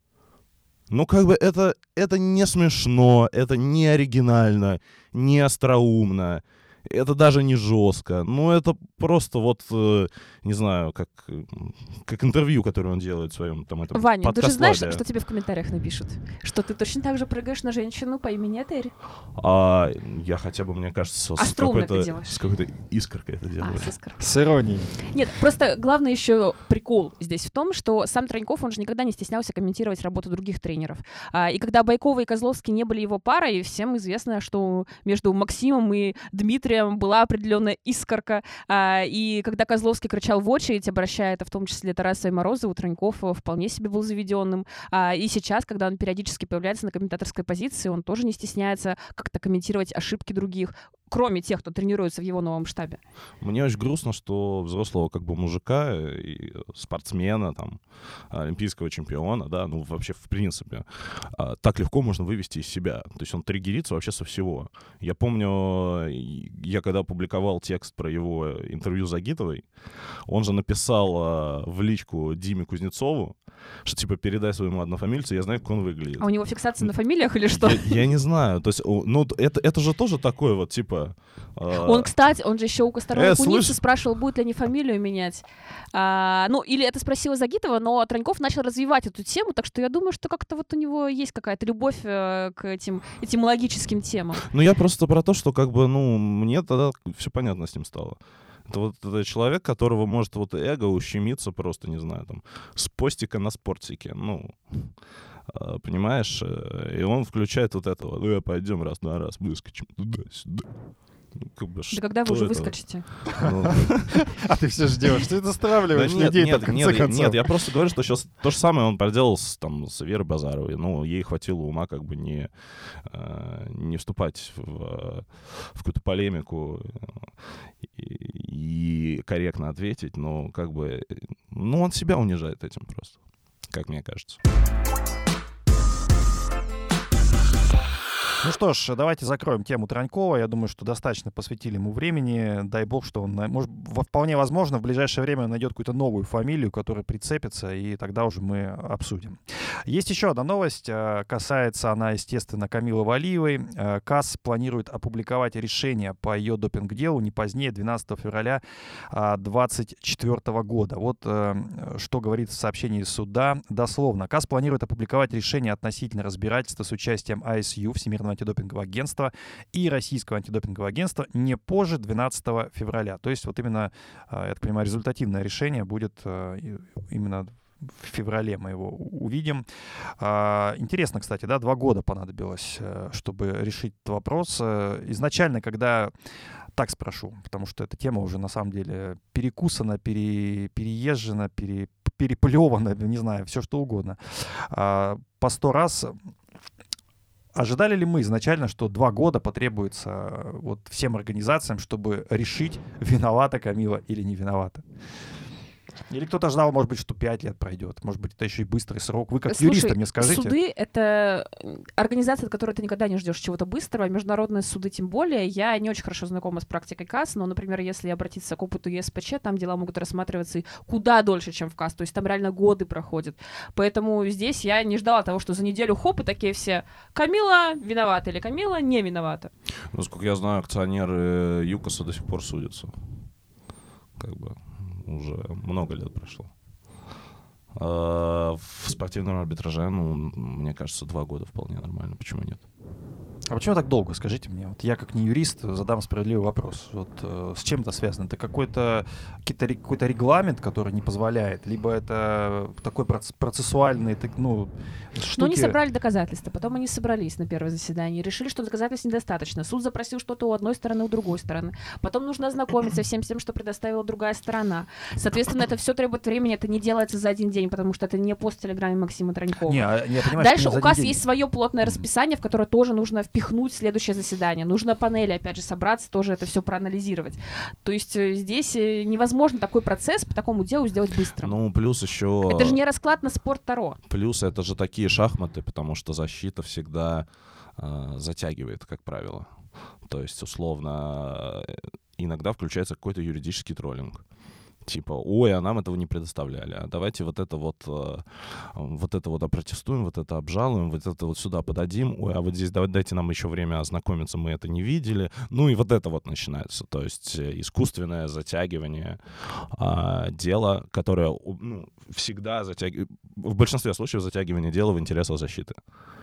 Ну, как бы это, это не смешно, это не оригинально, не остроумно. Это даже не жестко. Ну, это просто вот, э, не знаю, как, как интервью, которое он делает в своем там этом Ваня, ты же знаешь, подкаст-лабе. что тебе в комментариях напишут? Что ты точно так же прыгаешь на женщину по имени Этери? А я хотя бы, мне кажется, А с струнно какой-то, ты делаешь? с какой-то искоркой это делаю. А, с искоркой. С иронией. Нет, просто главный еще прикол здесь в том, что сам Троньков, он же никогда не стеснялся комментировать работу других тренеров. А, и когда Байкова и Козловский не были его парой, всем известно, что между Максимом и Дмитрием была определенная искорка. А, и когда Козловский кричал в очередь, обращая это в том числе Тарасова и Морозову, Троньков вполне себе был заведенным. А, и сейчас, когда он периодически появляется на комментаторской позиции, он тоже не стесняется как-то комментировать ошибки других, кроме тех, кто тренируется в его новом штабе. Мне очень грустно, что взрослого как бы мужика и спортсмена, там, олимпийского чемпиона, да, ну вообще в принципе, так легко можно вывести из себя. То есть он триггерится вообще со всего. Я помню, я когда публиковал текст про его интервью с Загитовой, он же написал в личку Диме Кузнецову, что типа передай своему однофамильцу, я знаю, как он выглядит. А у него фиксация на фамилиях или что? Я, я не знаю. То есть, ну, это, это же тоже такое вот, типа... Э... Он, кстати, он же еще у Косторона э, Куницы слышь... спрашивал, будет ли они фамилию менять. А, ну, или это спросила Загитова, но Троньков начал развивать эту тему, так что я думаю, что как-то вот у него есть какая-то любовь э, к этим этимологическим темам. Ну, я просто про то, что как бы, ну, мне тогда все понятно с ним стало. Это вот это человек, которого может вот эго ущемиться просто, не знаю, там, с постика на спортике, ну, э, понимаешь? И он включает вот это вот: ну, пойдем раз на раз выскочим туда-сюда. Ну, как бы, да когда вы уже это? выскочите? Ну... А ты все ждешь, ты достравливаешь да нет, людей нет, в конце нет, концов. Нет, я просто говорю, что сейчас то же самое он проделал с, там, с Верой Базаровой. Ну, ей хватило ума как бы не, э, не вступать в, в какую-то полемику и, и корректно ответить, но как бы, ну, он себя унижает этим просто, как мне кажется. Ну что ж, давайте закроем тему Тронькова. Я думаю, что достаточно посвятили ему времени. Дай бог, что он, может, вполне возможно, в ближайшее время найдет какую-то новую фамилию, которая прицепится, и тогда уже мы обсудим. Есть еще одна новость. Касается она, естественно, Камилы Валиевой. КАС планирует опубликовать решение по ее допинг-делу не позднее двенадцатого февраля две тысячи двадцать четвёртого года. Вот что говорит в сообщении суда. Дословно. КАС планирует опубликовать решение относительно разбирательства с участием ай эс ю, Всемирного антидопингового агентства, и Российского антидопингового агентства не позже двенадцатого февраля. То есть вот именно, я так понимаю, результативное решение будет именно в феврале, мы его увидим. Интересно, кстати, да, два года понадобилось, чтобы решить этот вопрос. Изначально, когда... Так спрошу, потому что эта тема уже на самом деле перекусана, пере, переезжена, пере, переплевана, не знаю, все что угодно. По сто раз... Ожидали ли мы изначально, что два года потребуется вот всем организациям, чтобы решить, виновата Камила или не виновата? Или кто-то ждал, может быть, что пять лет пройдет. Может быть, это еще и быстрый срок. Вы как Слушай, юристы мне скажите. Суды — это организация, от которой ты никогда не ждешь чего-то быстрого. Международные суды тем более. Я не очень хорошо знакома с практикой КАС, но, например, если обратиться к опыту е эс пэ че, там дела могут рассматриваться и куда дольше, чем в КАС. То есть там реально годы проходят. Поэтому здесь я не ждала того, что за неделю хоп, и такие все: Камила виновата или Камила не виновата. Насколько я знаю, акционеры ЮКОСа до сих пор судятся. Как бы... Уже много лет прошло. А в спортивном арбитраже, ну, мне кажется, два года вполне нормально. Почему нет? А почему так долго, скажите мне? Вот я как не юрист задам справедливый вопрос. Вот э, с чем это связано? Это какой-то, какой-то регламент, который не позволяет? Либо это такой процессуальный, ну, штуки... Ну, они собрали доказательства, потом они собрались на первое заседание, решили, что доказательств недостаточно. Суд запросил что-то у одной стороны, у другой стороны. Потом нужно ознакомиться всем с тем, что предоставила другая сторона. Соответственно, это все требует времени, это не делается за один день, потому что это не пост в Телеграме Максима Тронькова. Не, я понимаю, дальше что указ есть свое плотное расписание, в которое тоже нужно впихнуть следующее заседание. Нужно панели, опять же, собраться, тоже это все проанализировать. То есть здесь невозможно такой процесс по такому делу сделать быстро. Ну, плюс еще... Это же не расклад на спорт Таро. Плюс это же такие шахматы, потому что защита всегда э, затягивает, как правило. То есть, условно, иногда включается какой-то юридический троллинг. Типа, ой, а нам этого не предоставляли. А давайте вот это вот, э, вот это вот опротестуем, вот это обжалуем, вот это вот сюда подадим. Ой, а вот здесь давайте, дайте нам еще время ознакомиться, мы это не видели. Ну и вот это вот начинается. То есть искусственное затягивание э, дела, которое ну, всегда затягивает, в большинстве случаев затягивание дела в интересах защиты.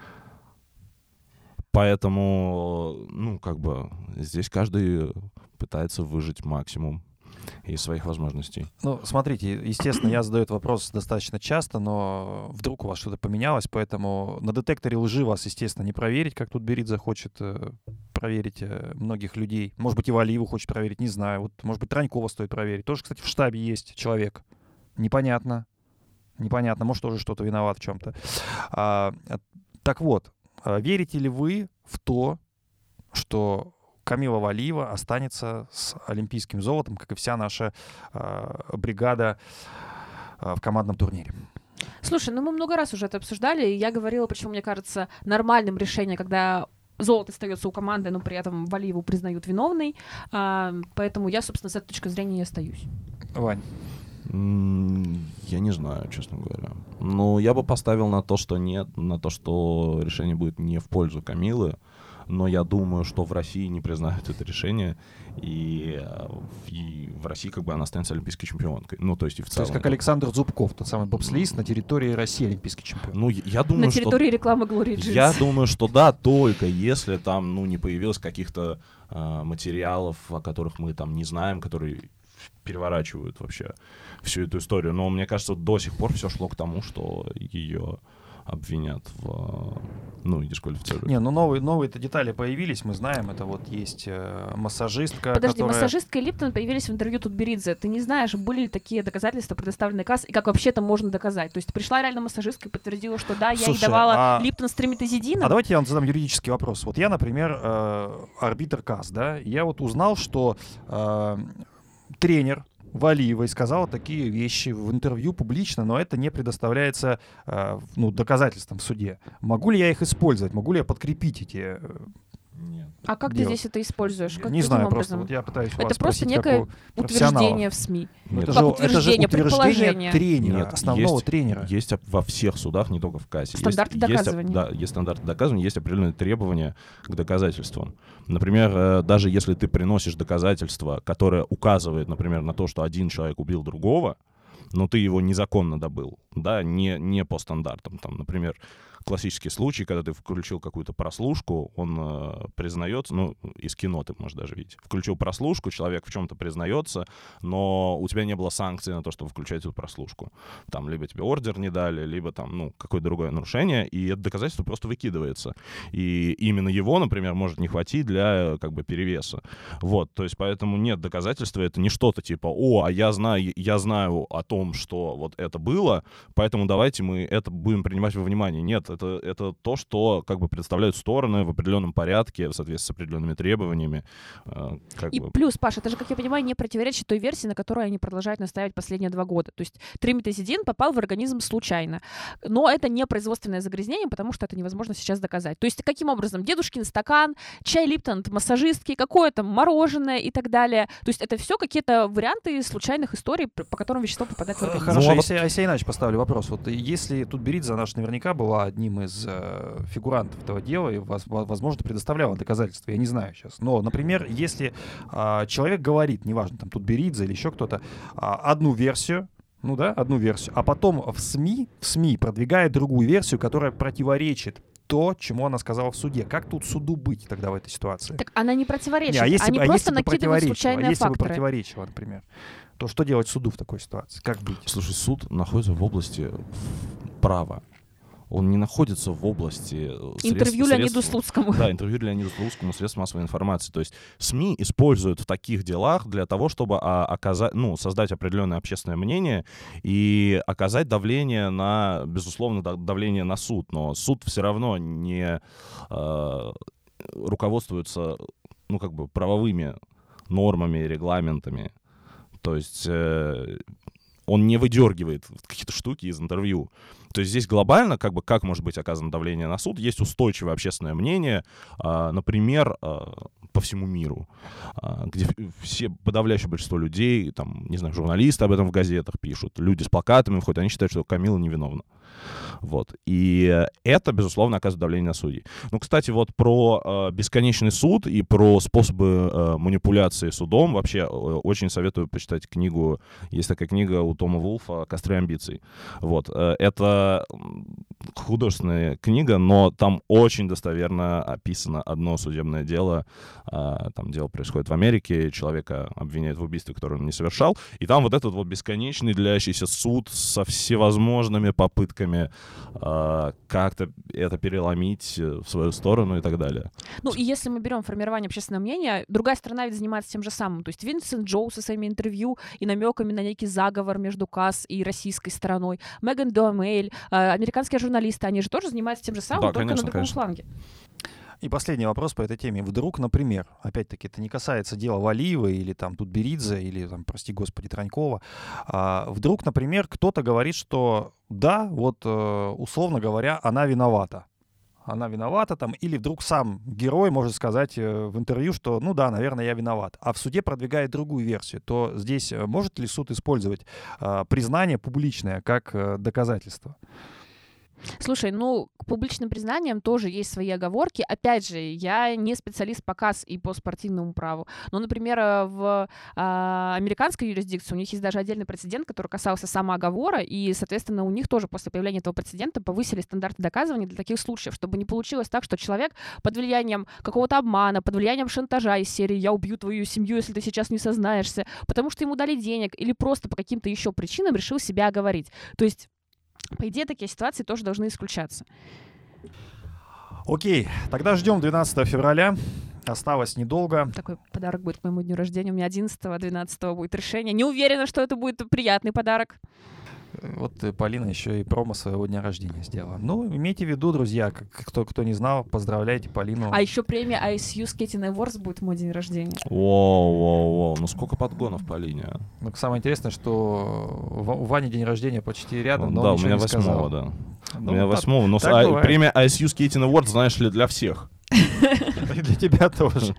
Поэтому, ну, как бы, здесь каждый пытается выжать максимум из своих возможностей. Ну, смотрите, естественно, я задаю этот вопрос достаточно часто, но вдруг у вас что-то поменялось, поэтому на детекторе лжи вас, естественно, не проверить, как тут Беридзе хочет э, проверить э, многих людей. Может быть, и Валиеву хочет проверить, не знаю. Вот, может быть, Тронькова стоит проверить. Тоже, кстати, в штабе есть человек. Непонятно. Непонятно. Может, тоже что-то виноват в чем-то. А, так вот, верите ли вы в то, что Камила Валиева останется с олимпийским золотом, как и вся наша э, бригада э, в командном турнире? Слушай, ну мы много раз уже это обсуждали, и я говорила, почему мне кажется нормальным решением, когда золото остается у команды, но при этом Валиеву признают виновной, а, поэтому я, собственно, с этой точки зрения и остаюсь. Вань? Я не знаю, честно говоря. Но я бы поставил на то, что нет, на то, что решение будет не в пользу Камилы. Но я думаю, что в России не признают это решение, и, и в России как бы она останется олимпийской чемпионкой. Ну, то есть и в целом. То есть как Александр Зубков, тот самый бобслист, на территории России олимпийский чемпион. Ну, я думаю, на территории что... рекламы Glory Jeans. Я думаю, что да, только если там, ну, не появилось каких-то э, материалов, о которых мы там не знаем, которые переворачивают вообще всю эту историю. Но мне кажется, до сих пор все шло к тому, что ее обвинят в, ну, и дисквалифицируют. Не, ну новые, новые-то детали появились, мы знаем, это вот есть э, массажистка, Подожди, которая... массажистка и Липтон появились в интервью Тутберидзе. Ты не знаешь, были ли такие доказательства предоставлены КАС, и как вообще это можно доказать? То есть пришла реально массажистка и подтвердила, что да, Слушай, я ей давала а... Липтон с триметазидином. А давайте я вам задам юридический вопрос. Вот я, например, э, арбитр КАС, да, я вот узнал, что э, тренер Валиевой сказала такие вещи в интервью публично, но это не предоставляется э, ну, доказательством в суде. Могу ли я их использовать? Могу ли я подкрепить эти... Э, Нет. А как делать? ты здесь это используешь? Как, не знаю, образом? просто вот я пытаюсь у это вас просто спросить, некое утверждение в СМИ. Нет. Это, Как же, утверждение, это же утверждение предположение. тренера, Нет, основного есть, тренера. Есть во всех судах, не только в КАСе. Стандарты есть, доказывания. Есть, да, есть стандарты доказывания, есть определенные требования к доказательствам. Например, даже если ты приносишь доказательство, которое указывает, например, на то, что один человек убил другого, но ты его незаконно добыл, да, не, не по стандартам. Там, например, классический случай, когда ты включил какую-то прослушку, он э, признается, ну, из кино ты можешь даже видеть. Включил прослушку, человек в чем-то признается, но у тебя не было санкций на то, чтобы включать эту прослушку. Там либо тебе ордер не дали, либо там, ну, какое-то другое нарушение, и это доказательство просто выкидывается. И именно его, например, может не хватить для, как бы, перевеса. Вот, то есть поэтому нет, доказательства — это не что-то типа, о, а я знаю, я знаю о том, что вот это было, поэтому давайте мы это будем принимать во внимание. Нет, это, это то, что как бы представляют стороны в определенном порядке, в соответствии с определенными требованиями. Э, как и бы. Плюс, Паша, это же, как я понимаю, не противоречит той версии, на которой они продолжают настаивать последние два года. То есть триметазидин попал в организм случайно. Но это не производственное загрязнение, потому что это невозможно сейчас доказать. То есть каким образом? Дедушкин стакан, чай Липтон от массажистки, какое-то мороженое и так далее. То есть это все какие-то варианты случайных историй, по которым вещество попадает в организм. Хорошо, Ну, а если, а если я иначе поставлю вопрос. Вот если Тутберидзе наша наверняка была одним из э, фигурантов этого дела и, возможно, предоставляла доказательства, я не знаю сейчас. Но, например, если э, человек говорит, неважно, там Тутберидзе или еще кто-то, э, одну версию, ну да, одну версию, а потом в СМИ, в СМИ продвигает другую версию, которая противоречит то, чему она сказала в суде. Как тут суду быть тогда в этой ситуации? Так она не противоречит, Не, а если они бы, а просто если бы накидывают противоречила, случайные а если бы факторы. противоречила, например, то что делать суду в такой ситуации? Как быть? Слушай, суд находится в области права. Он не находится в области средств, Интервью Леониду средств- Слуцкому. Да, интервью Леониду Слуцкому, средств массовой информации. То есть СМИ используют в таких делах для того, чтобы а, оказать, ну, создать определенное общественное мнение и оказать давление на, безусловно, да- давление на суд. Но суд все равно не э, руководствуется, ну, как бы правовыми нормами, регламентами. То есть э, он не выдергивает какие-то штуки из интервью. То есть здесь глобально, как бы, как может быть оказано давление на суд, есть устойчивое общественное мнение, а, например, а, по всему миру, а, где все, подавляющее большинство людей, там, не знаю, журналисты об этом в газетах пишут, люди с плакатами выходят, они считают, что Камилла невиновна. Вот. И это, безусловно, оказывает давление на судей. Ну, кстати, вот про э, бесконечный суд и про способы э, манипуляции судом вообще э, очень советую почитать книгу. Есть такая книга у Тома Вулфа «Костры амбиций». Вот. Э, это художественная книга, но там очень достоверно описано одно судебное дело. Э, там дело происходит в Америке, человека обвиняют в убийстве, которое он не совершал. И там вот этот вот бесконечный длящийся суд со всевозможными попытками э, как-то это переломить в свою сторону и так далее. Ну, и если мы берем формирование общественного мнения, другая сторона ведь занимается тем же самым. То есть Винсент Джоу со своими интервью и намеками на некий заговор между КАС и российской стороной, Меган Дуамель, э, американские журналисты, они же тоже занимаются тем же самым, Да, только конечно, на другом конечно. фланге. И последний вопрос по этой теме. Вдруг, например, опять-таки, это не касается дела Валиева или там Тутберидзе, или там, прости господи, Транькова. А, вдруг, например, кто-то говорит, что да, вот, э, условно говоря, она виновата. Она виновата там, или вдруг сам герой может сказать э, в интервью, что ну да, наверное, я виноват. А в суде продвигает другую версию. То здесь э, может ли суд использовать э, признание публичное как э, доказательство? Слушай, ну, к публичным признаниям тоже есть свои оговорки. Опять же, я не специалист по КАС и по спортивному праву. Но, например, в а, американской юрисдикции у них есть даже отдельный прецедент, который касался самооговора, и, соответственно, у них тоже после появления этого прецедента повысили стандарты доказывания для таких случаев, чтобы не получилось так, что человек под влиянием какого-то обмана, под влиянием шантажа из серии «я убью твою семью, если ты сейчас не сознаешься», потому что ему дали денег или просто по каким-то еще причинам решил себя оговорить. То есть по идее, такие ситуации тоже должны исключаться. Окей, тогда ждем двенадцатого февраля. Осталось недолго. Такой подарок будет к моему дню рождения. У меня одиннадцатого-двенадцатого будет решение. Не уверена, что это будет приятный подарок. Вот Полина еще и промо своего дня рождения сделала. Ну, имейте в виду, друзья, кто, кто не знал, поздравляйте Полину. А еще премия ай эс ю Skating Awards будет в мой день рождения. Воу-воу-воу, ну сколько подгонов по линии? Ну, самое интересное, что у Вани день рождения почти рядом, но да, он у ничего меня не восьмого, сказал. да. Ну, у меня так- восьмого, но так а, бывает. премия ай эс ю Skating Awards, знаешь ли, для всех. И для тебя тоже.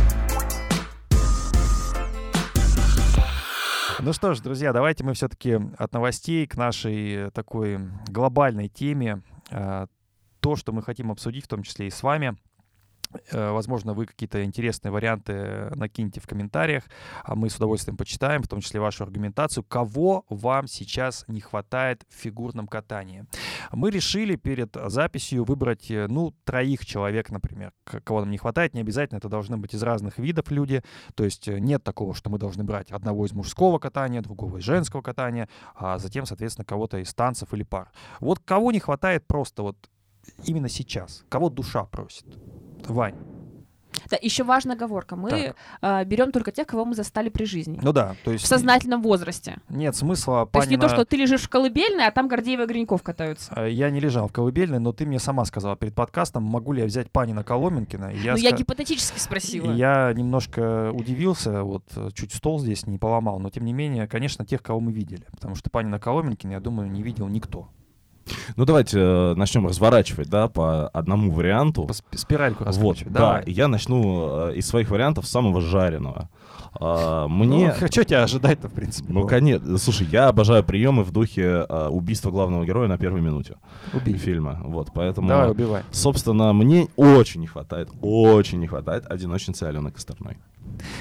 Ну что ж, друзья, давайте мы все-таки от новостей к нашей такой глобальной теме. э, То, что мы хотим обсудить, в том числе и с вами. Э, Возможно, вы какие-то интересные варианты накиньте в комментариях, а мы с удовольствием почитаем, в том числе вашу аргументацию. Кого вам сейчас не хватает в фигурном катании? Мы решили перед записью выбрать, э, ну, троих человек, например, к- кого нам не хватает. Не обязательно это должны быть из разных видов люди. То есть э, нет такого, что мы должны брать одного из мужского катания, другого из женского катания, а затем, соответственно, кого-то из танцев или пар. Вот кого не хватает просто вот именно сейчас? Кого душа просит? Вань. Да, еще важная оговорка. Мы Так. э, берем только тех, кого мы застали при жизни. Ну да, то есть В сознательном возрасте. нет смысла, То есть не Панина... то, что ты лежишь в колыбельной, а там Гордеева и Гриньков катаются. Э, Я не лежал в колыбельной, но ты мне сама сказала перед подкастом, могу ли я взять Панина Коломенкина. И я, Ну, я ска- гипотетически спросила. и я немножко удивился, вот э, чуть стол здесь не поломал, но тем не менее, конечно, тех, кого мы видели. Потому что Панина Коломенкина, я думаю, не видел никто. Ну давайте э, начнем разворачивать, да, по одному варианту. По сп- Спиральку Вот, раскручивать. да, Давай. и я начну э, из своих вариантов с самого жареного. А, мне... Ну, что тебя ожидать-то, в принципе? Ну, конечно. Слушай, я обожаю приемы в духе э, убийства главного героя на первой минуте Убей. фильма. Вот, поэтому, Давай, убивай. собственно, мне очень не хватает, очень не хватает одиночницы Алены Косторной.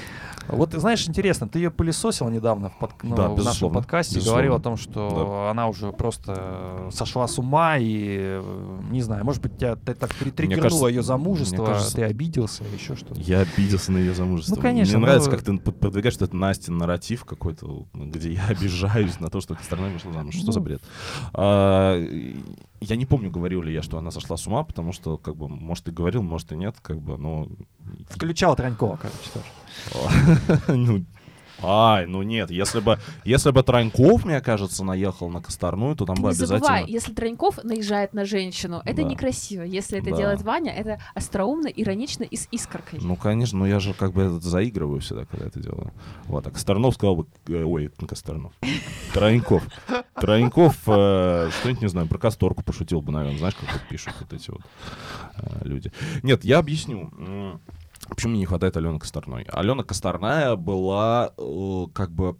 Вот, ты знаешь, интересно, ты ее пылесосил недавно в, под... ну, Да, в нашем безусловно, подкасте, безусловно. говорил о том, что Да. она уже просто сошла с ума и, э, не знаю, может быть, тебя ты так перетриггернуло кажется- ее замужество, мне кажется- ты обиделся, еще что-то. Я обиделся на ее замужество. Ну, конечно, Мне нравится, ну- как ты п- продвигаешь этот Настин нарратив какой-то, где я обижаюсь на то, что Косторная вышла замуж. Что за Ну. бред? А, я не помню, говорил ли я, что она сошла с ума, потому что, как бы, может, и говорил, может, и нет, как бы, но... Включал Транькова, короче, тоже. Ну, ай, ну нет, если бы, если бы Траньков, мне кажется, наехал на Косторную, то там Ты бы не обязательно... забывай, если Траньков наезжает на женщину, это Да. некрасиво. Если это Да. делает Ваня, это остроумно, иронично и с искоркой. Ну, конечно, но я же как бы заигрываю всегда, когда это делаю. Вот, а Косторнов сказал бы... э, Ой, не Косторнов. Троньков. Троньков, э, что-нибудь, не знаю, про Касторку пошутил бы, наверное. Знаешь, как вот пишут вот эти вот э, люди. Нет, я объясню. М, Почему мне не хватает Алены Косторной? Алена Косторная была э, как бы...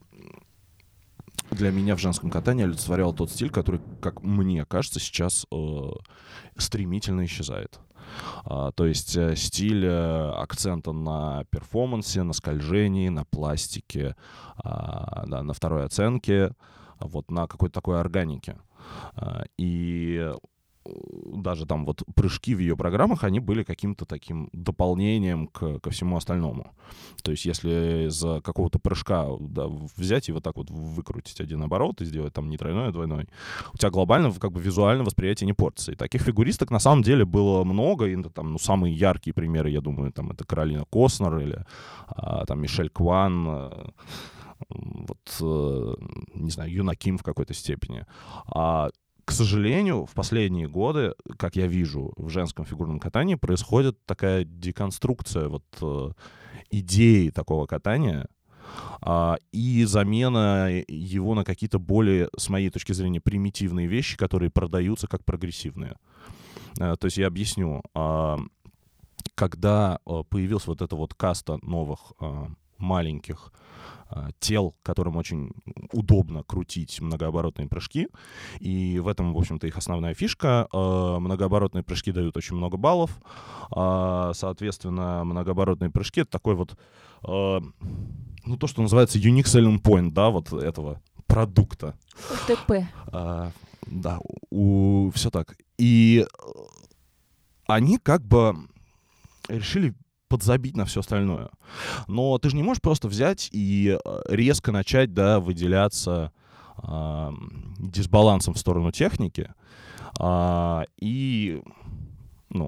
Для меня в женском катании олицетворял тот стиль, который, как мне кажется, сейчас э, стремительно исчезает. А, то есть э, стиль э, акцента на перформансе, на скольжении, на пластике, а, да, на второй оценке, вот на какой-то такой органике. А, и даже там вот прыжки в ее программах, они были каким-то таким дополнением к, ко всему остальному. То есть если из какого-то прыжка, да, взять и вот так вот выкрутить один оборот и сделать там не тройной, а двойной, у тебя глобально как бы визуально восприятие не портится. И таких фигуристок на самом деле было много. И там, ну, самые яркие примеры, я думаю, там это Каролина Костнер или а, там Мишель Кван, а, вот, а, не знаю, Юна Ким в какой-то степени. А к сожалению, в последние годы, как я вижу, в женском фигурном катании происходит такая деконструкция вот э, идеи такого катания э, и замена его на какие-то более, с моей точки зрения, примитивные вещи, которые продаются как прогрессивные. Э, то есть я объясню. Э, когда э, появилась вот эта вот каста новых э, маленьких тел, которым очень удобно крутить многооборотные прыжки. И в этом, в общем-то, их основная фишка. Многооборотные прыжки дают очень много баллов. Соответственно, многооборотные прыжки — это такой вот, ну, то, что называется unique selling point, да, вот этого продукта. ТП. А, да, у, все так. И они как бы решили подзабить на все остальное. Но ты же не можешь просто взять и резко начать, да, выделяться э, дисбалансом в сторону техники э, и, ну,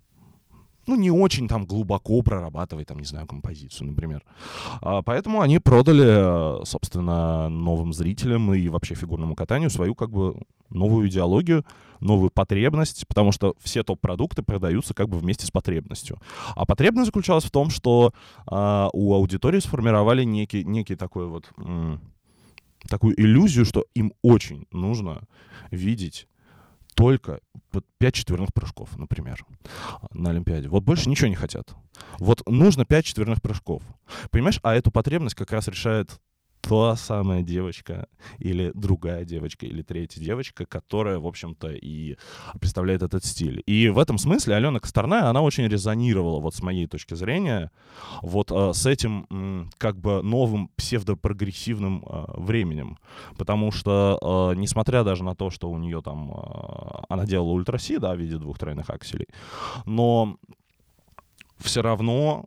ну, не очень там глубоко прорабатывать, там, не знаю, композицию, например. А, поэтому они продали, собственно, новым зрителям и вообще фигурному катанию свою, как бы, новую идеологию, новую потребность, потому что все топ-продукты продаются как бы вместе с потребностью. А потребность заключалась в том, что а, у аудитории сформировали некий, некий такой вот, м- такую иллюзию, что им очень нужно видеть только пять четверных прыжков, например, на Олимпиаде. Вот больше ничего не хотят. Вот нужно пять четверных прыжков. Понимаешь, а эту потребность как раз решает та самая девочка или другая девочка или третья девочка, которая, в общем-то, и представляет этот стиль. И в этом смысле Алена Косторная, она очень резонировала, вот с моей точки зрения, вот э, с этим м, как бы новым псевдопрогрессивным э, временем. Потому что, э, несмотря даже на то, что у нее там, э, она делала ультраси, да, в виде двух тройных акселей, но все равно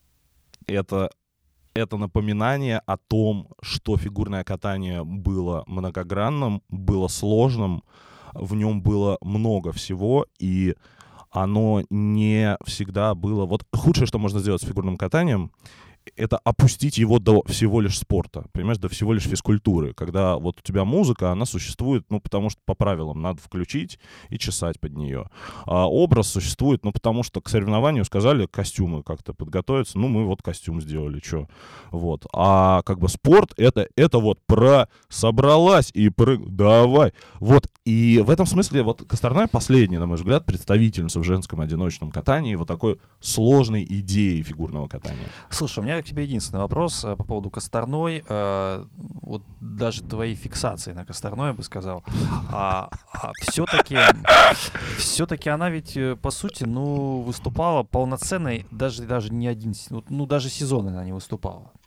это Это напоминание о том, что фигурное катание было многогранным, было сложным, в нем было много всего, и оно не всегда было... Вот худшее, что можно сделать с фигурным катанием, это опустить его до всего лишь спорта, понимаешь, до всего лишь физкультуры, когда вот у тебя музыка, она существует, ну, потому что по правилам надо включить и чесать под нее. А образ существует, ну, потому что к соревнованию сказали костюмы как-то подготовиться, ну, мы вот костюм сделали, что, вот. А как бы спорт, это, это вот про собралась и прыг, давай, вот. И в этом смысле вот Косторная последняя, на мой взгляд, представительница в женском одиночном катании вот такой сложной идеи фигурного катания. Слушай, у меня к тебе единственный вопрос э, по поводу Косторной. Э, вот даже твои фиксации на Косторной, я бы сказал. А, а все-таки, все-таки она ведь, э, по сути, ну, выступала полноценной, даже, даже не один, ну, ну, даже сезон она не выступала.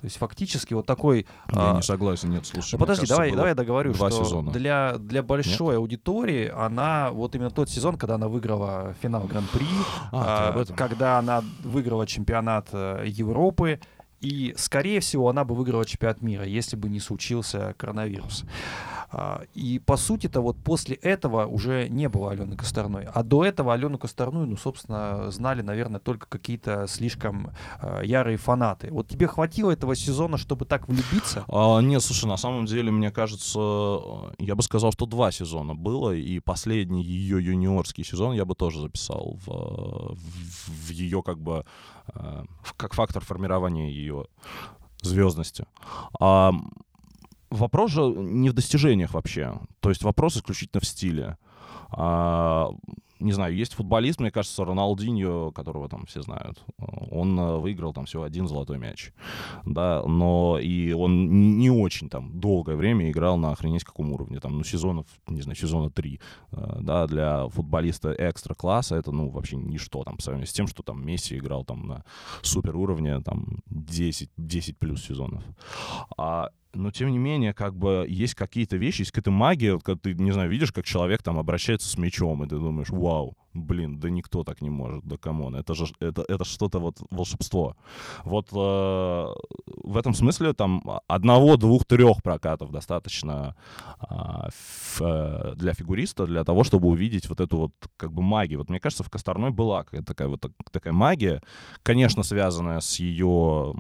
То есть фактически вот такой... Я а... не согласен, нет, слушай. Ну, подожди, кажется, давай, давай я договорю, два что сезона. Для, для большой нет? аудитории она, вот именно тот сезон, когда она выиграла финал Гран-при, а, а, когда она выиграла чемпионат Европы, и, скорее всего, она бы выиграла чемпионат мира, если бы не случился коронавирус. И, по сути-то, вот после этого уже не было Алены Косторной. А до этого Алену Косторную, ну, собственно, знали, наверное, только какие-то слишком ярые фанаты. Вот тебе хватило этого сезона, чтобы так влюбиться? А, нет, слушай, на самом деле, мне кажется, я бы сказал, что два сезона было, и последний ее юниорский сезон я бы тоже записал в, в, в ее, как бы, как фактор формирования ее звездности. А, Вопрос же не в достижениях вообще. То есть вопрос исключительно в стиле. А, не знаю, есть футболист, мне кажется, Роналдиньо, которого там все знают. Он выиграл там всего один золотой мяч. Да, но и он не очень там долгое время играл на охренеть каком уровне. Там, ну, сезонов, не знаю, сезона три. Да, для футболиста экстра-класса это, ну, вообще ничто там по сравнению с тем, что там Месси играл там на супер уровне там десять, десять плюс сезонов. А Но, тем не менее, как бы есть какие-то вещи, есть какая-то магия, вот, когда ты, не знаю, видишь, как человек там обращается с мячом, и ты думаешь, вау, блин, да никто так не может, да камон, это же это, это что-то вот волшебство. Вот э, в этом смысле там одного, двух, трех прокатов достаточно э, ф, э, для фигуриста, для того, чтобы увидеть вот эту вот как бы магию. Вот мне кажется, в Косторной была какая-то такая вот такая магия, конечно, связанная с ее...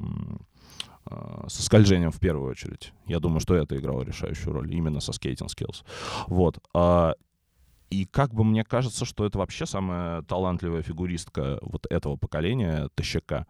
со скольжением в первую очередь. Я думаю, что это играло решающую роль, именно со skating skills. Вот. И как бы мне кажется, что это вообще самая талантливая фигуристка вот этого поколения, ТЩК.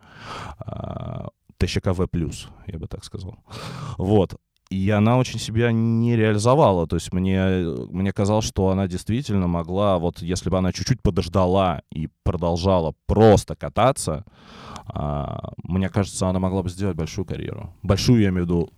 ТЩК В+, я бы так сказал. Вот. И она очень себя не реализовала. То есть мне, мне казалось, что она действительно могла, вот если бы она чуть-чуть подождала и продолжала просто кататься, а, мне кажется, она могла бы сделать большую карьеру. Большую, я имею в виду,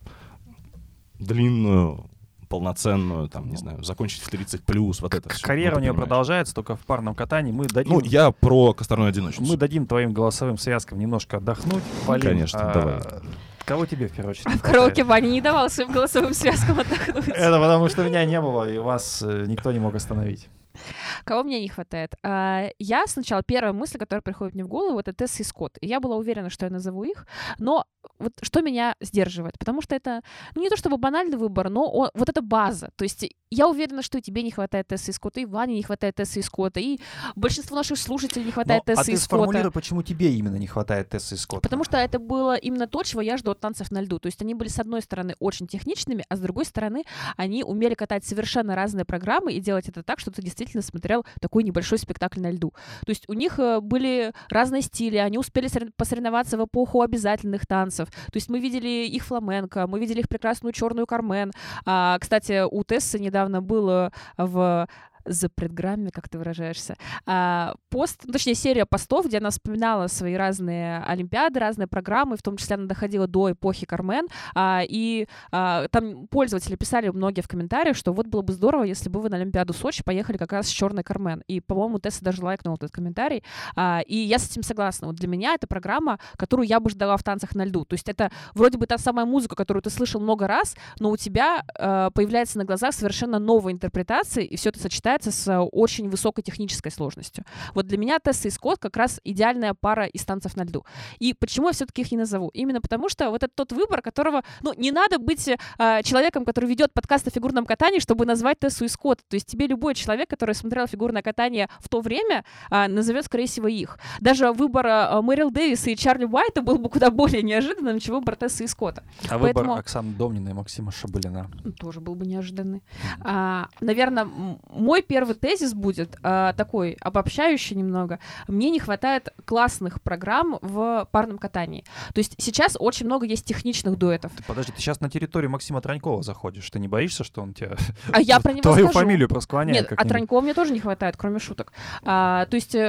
длинную, полноценную, там, не знаю, закончить в тридцать плюс, вот это все. Карьера ну, у нее понимаешь. продолжается, только в парном катании. Мы дадим... Ну, я про Косторную одиночницу. Мы дадим твоим голосовым связкам немножко отдохнуть. Полин, Конечно, а, давай. Кого тебе в первую очередь? А в караоке Ваня не давал своим голосовым связкам отдохнуть. Это потому, что меня не было, и вас э, никто не мог остановить. Кого мне не хватает? А, я сначала, первая мысль, которая приходит мне в голову, это Тесс и Скотт. И я была уверена, что я назову их, но вот что меня сдерживает? Потому что это, ну, не то чтобы банальный выбор, но он, вот это база. То есть я уверена, что и тебе не хватает Тесса и Скотта, и Ване не хватает Тесса и Скотта, и большинству наших слушателей не хватает Но, Тесса а и ты Скотта. сформулируй, почему тебе именно не хватает Тесса и Скотта. Потому что это было именно то, чего я жду от танцев на льду. То есть они были, с одной стороны, очень техничными, а с другой стороны, они умели катать совершенно разные программы и делать это так, что ты действительно смотрел такой небольшой спектакль на льду. То есть у них были разные стили, они успели посоревноваться в эпоху обязательных танцев. То есть мы видели их фламенко, мы видели их прекрасную черную Кармен. А, кстати, у Тессы недавно было в за предграмме, как ты выражаешься, а, пост, ну, точнее, серия постов, где она вспоминала свои разные олимпиады, разные программы, в том числе она доходила до эпохи Кармен, а, и а, там пользователи писали многие в комментариях, что вот было бы здорово, если бы вы на Олимпиаду Сочи поехали как раз с черной Кармен. И, по-моему, Тесса даже лайкнула этот комментарий. А, и я с этим согласна. Вот для меня это программа, которую я бы ждала в танцах на льду. То есть это вроде бы та самая музыка, которую ты слышал много раз, но у тебя а, появляется на глазах совершенно новая интерпретация, и все это сочетается с очень высокой технической сложностью. Вот для меня Тесса и Скотт как раз идеальная пара из танцев на льду. И почему я все-таки их не назову? Именно потому, что вот это тот выбор, которого, ну, не надо быть э, человеком, который ведет подкаст о фигурном катании, чтобы назвать Тессу и Скотта. То есть тебе любой человек, который смотрел фигурное катание в то время, э, назовет, скорее всего, их. Даже выбор э, Мэрил Дэвиса и Чарли Уайта был бы куда более неожиданным, чем выбор Тессы и Скотта. А Поэтому... выбор Оксаны Домниной и Максима Шабалина? Тоже был бы неожиданный. Mm-hmm. А, наверное, мой первый тезис будет а, такой, обобщающий немного. Мне не хватает классных программ в парном катании. То есть сейчас очень много есть техничных дуэтов. Ты, подожди, ты сейчас на территорию Максима Тронькова заходишь. Ты не боишься, что он тебя... А я про него твою скажу. фамилию просклоняет? Нет, а Тронькова мне тоже не хватает, кроме шуток. А, то есть...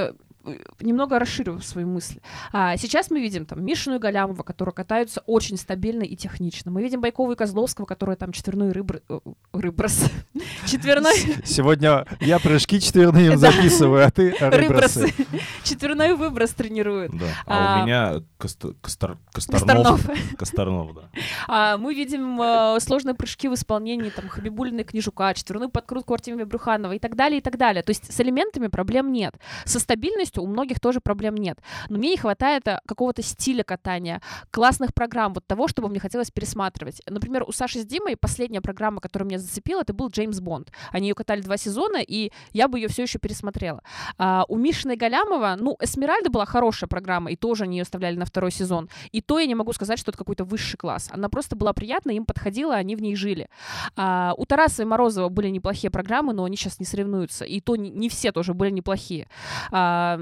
немного расширю свою мысль. А, сейчас мы видим там Мишину и Галямова, которые катаются очень стабильно и технично. Мы видим Байкова и Козловского, которые там четверной рыбр... рыброс. Четверной... Сегодня я прыжки четверные записываю, а ты рыбросы. Четверной выброс тренируют. Да. А у меня Косторнов. Косторнов, да. Мы видим сложные прыжки в исполнении там Хабибуллина и Книжука, четверную подкрутку Артемия Брюханова и так далее, и так далее. То есть с элементами проблем нет. Со стабильностью у многих тоже проблем нет. Но мне не хватает какого-то стиля катания, классных программ, вот того, чтобы мне хотелось пересматривать. Например, у Саши с Димой последняя программа, которая меня зацепила, это был Джеймс Бонд. Они ее катали два сезона, и я бы ее все еще пересмотрела. А у Мишины и Галямова, ну, Эсмеральда была хорошая программа, и тоже они ее оставляли на второй сезон. И то я не могу сказать, что это какой-то высший класс. Она просто была приятная, им подходила, они в ней жили. А у Тараса и Морозова были неплохие программы, но они сейчас не соревнуются. И то не, не все тоже были неплохие. А,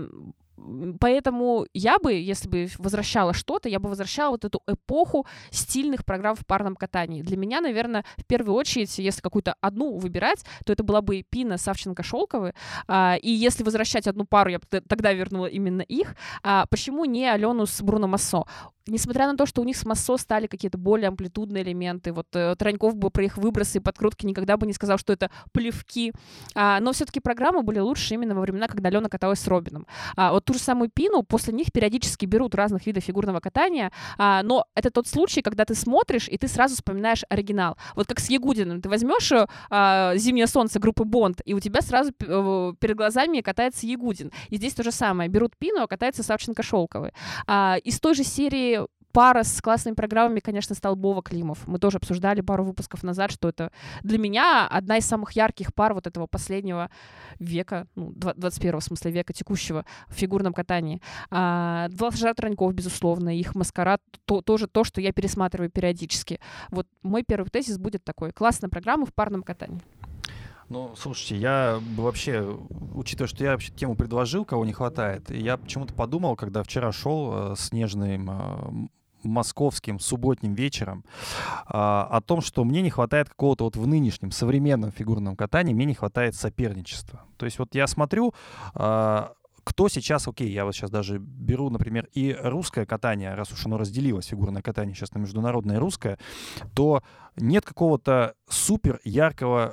Поэтому я бы, если бы возвращала что-то, я бы возвращала вот эту эпоху стильных программ в парном катании. Для меня, наверное, в первую очередь, если какую-то одну выбирать, то это была бы Пина, Савченко, Шолковы. А, и если возвращать одну пару, я бы тогда вернула именно их. А, почему не Алену с Бруно Массо? Несмотря на то, что у них с Массо стали какие-то более амплитудные элементы, вот э, Тараньков бы про их выбросы и подкрутки никогда бы не сказал, что это плевки, а, но все-таки программы были лучше именно во времена, когда Алена каталась с Робином. А, вот ту же самую Пину после них периодически берут разных видов фигурного катания, а, но это тот случай, когда ты смотришь, и ты сразу вспоминаешь оригинал. Вот как с Ягудиным. Ты возьмешь а, «Зимнее солнце» группы Бонд, и у тебя сразу п- перед глазами катается Ягудин. И здесь то же самое. Берут Пину, а катается Савченко-Шолковы. А, из той же серии пара с классными программами, конечно, Столбова-Климов. Мы тоже обсуждали пару выпусков назад, что это для меня одна из самых ярких пар вот этого последнего века, ну, двадцать первого в смысле века текущего в фигурном катании. А, Влажар Тараньков, безусловно, их «Маскарад» то, тоже то, что я пересматриваю периодически. Вот мой первый тезис будет такой. Классная программа в парном катании. Ну, слушайте, я бы вообще, учитывая, что я вообще тему предложил, кого не хватает, я почему-то подумал, когда вчера шел э, снежным э, московским субботним вечером, э, о том, что мне не хватает какого-то вот в нынешнем современном фигурном катании, мне не хватает соперничества. То есть вот я смотрю, э, кто сейчас, окей, я вот сейчас даже беру, например, и русское катание, раз уж оно разделилось, фигурное катание сейчас на международное и русское, то нет какого-то супер яркого,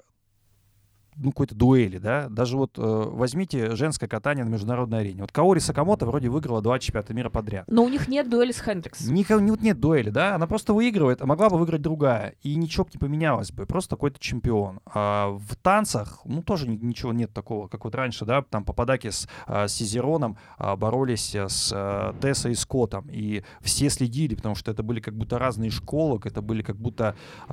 ну, какой-то дуэли, да, даже вот э, возьмите женское катание на международной арене. Вот Каори Сакамото вроде выиграла два чемпионата мира подряд. Но у них нет дуэли с Хендрикс. Ник- вот нет дуэли, да, она просто выигрывает, а могла бы выиграть другая, и ничего бы не поменялось бы, просто какой-то чемпион. А в танцах, ну, тоже ничего нет такого, как вот раньше, да, там Пападаки с, с Сизероном а, боролись с а, Тессой и Скоттом, и все следили, потому что это были как будто разные школы, это были как будто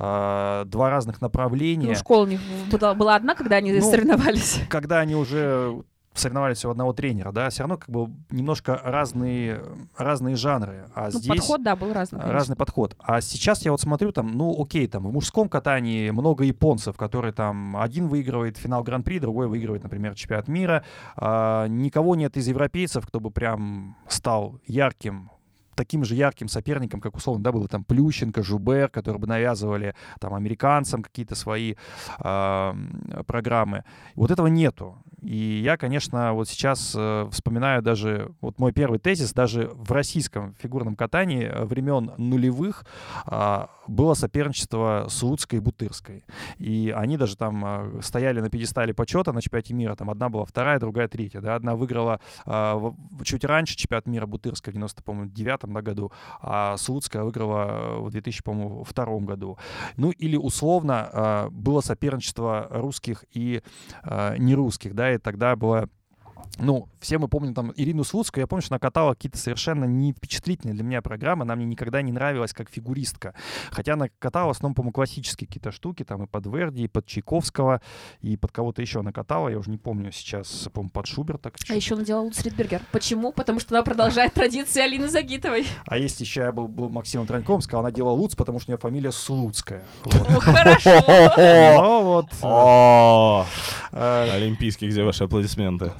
а, два разных направления. Ну, школа у них была, была одна, когда они ну, соревновались. Когда они уже соревновались у одного тренера, да, все равно как бы немножко разные, разные жанры. А ну, здесь подход, да, был разный. Конечно. Разный подход. А сейчас я вот смотрю, там, ну, окей, там в мужском катании много японцев, которые там один выигрывает финал Гран-при, другой выигрывает, например, чемпионат мира. А, никого нет из европейцев, кто бы прям стал ярким, таким же ярким соперником, как, условно, да, было там Плющенко, Жубер, которые бы навязывали там американцам какие-то свои э, программы. Вот этого нету. И я, конечно, вот сейчас э, вспоминаю даже, вот мой первый тезис, даже в российском фигурном катании времен нулевых э, было соперничество Слуцкой и Бутырской. И они даже там э, стояли на пьедестале почета на чемпионате мира, там одна была вторая, другая третья, да, одна выиграла э, чуть раньше чемпионат мира Бутырская в девяносто девятом году, а Слуцкая выиграла в две тысячи втором году. Ну или условно э, было соперничество русских и э, нерусских, да, и тогда было, ну, все мы помним там Ирину Слуцкую, я помню, что она катала какие-то совершенно не впечатлительные для меня программы, она мне никогда не нравилась как фигуристка, хотя она катала в основном, по-моему, классические какие-то штуки, там и под Верди, и под Чайковского, и под кого-то еще она катала, я уже не помню сейчас, по-моему, под Шуберта. А еще она делала Луц Ридбергер. Почему? Потому что она продолжает традиции Алины Загитовой. А есть еще, я был, был Максимом Тараньковым, сказал, она делала Луц, потому что у нее фамилия Слуцкая. Хорошо. Ну вот. Олимпийский, где ваши аплодисменты? Короче,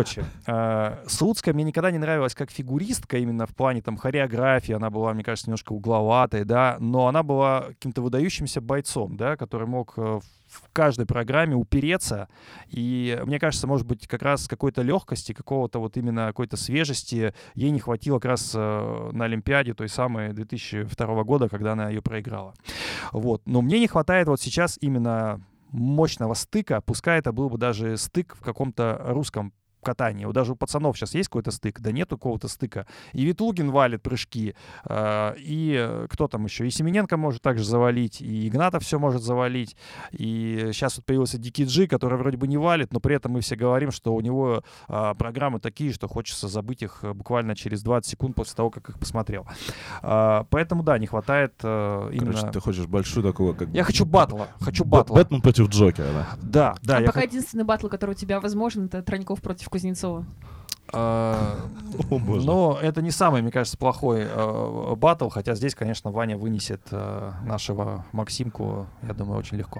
Короче, э, Слуцкая мне никогда не нравилась как фигуристка, именно в плане там хореографии. Она была, мне кажется, немножко угловатой, да, но она была каким-то выдающимся бойцом, да, который мог э, в каждой программе упереться. И мне кажется, может быть, как раз какой-то легкости, какого-то вот именно какой-то свежести ей не хватило как раз э, на Олимпиаде той самой две тысячи второго года, когда она ее проиграла. Вот. Но мне не хватает вот сейчас именно мощного стыка, пускай это был бы даже стык в каком-то русском катании. Вот даже у пацанов сейчас есть какой-то стык, да нету какого-то стыка. И Ветлугин валит прыжки, э, и кто там еще? И Семененко может также завалить, и Игнатов все может завалить. И сейчас вот появился Дикий Джи, который вроде бы не валит, но при этом мы все говорим, что у него э, программы такие, что хочется забыть их буквально через двадцать секунд после того, как их посмотрел. Э, поэтому, да, не хватает э, именно... Короче, ты хочешь большую такого, как... Я хочу батла, хочу батла. Бэтмен против Джокера, да? Да, да. А я пока х... единственный батл, который у тебя возможен, это Троньков против Кузнецова. А, О, боже. но это не самый, мне кажется, плохой э, батл, хотя здесь, конечно, Ваня вынесет э, нашего Максимку, я думаю, очень легко.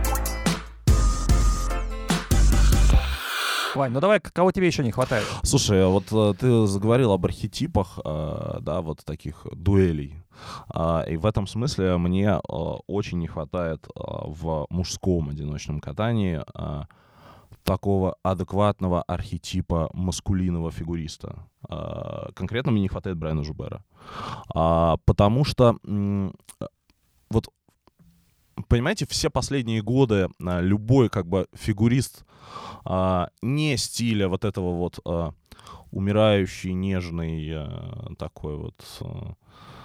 Вань, ну давай, кого тебе еще не хватает? Слушай, вот э, ты заговорил об архетипах, э, да, вот таких дуэлей. Uh, и в этом смысле мне uh, очень не хватает uh, в мужском одиночном катании uh, такого адекватного архетипа маскулинного фигуриста. Uh, конкретно мне не хватает Брайана Жубера. Uh, потому что м- вот, понимаете, все последние годы uh, любой как бы фигурист uh, не стиля вот этого вот uh, умирающий, нежный uh, такой вот... Uh,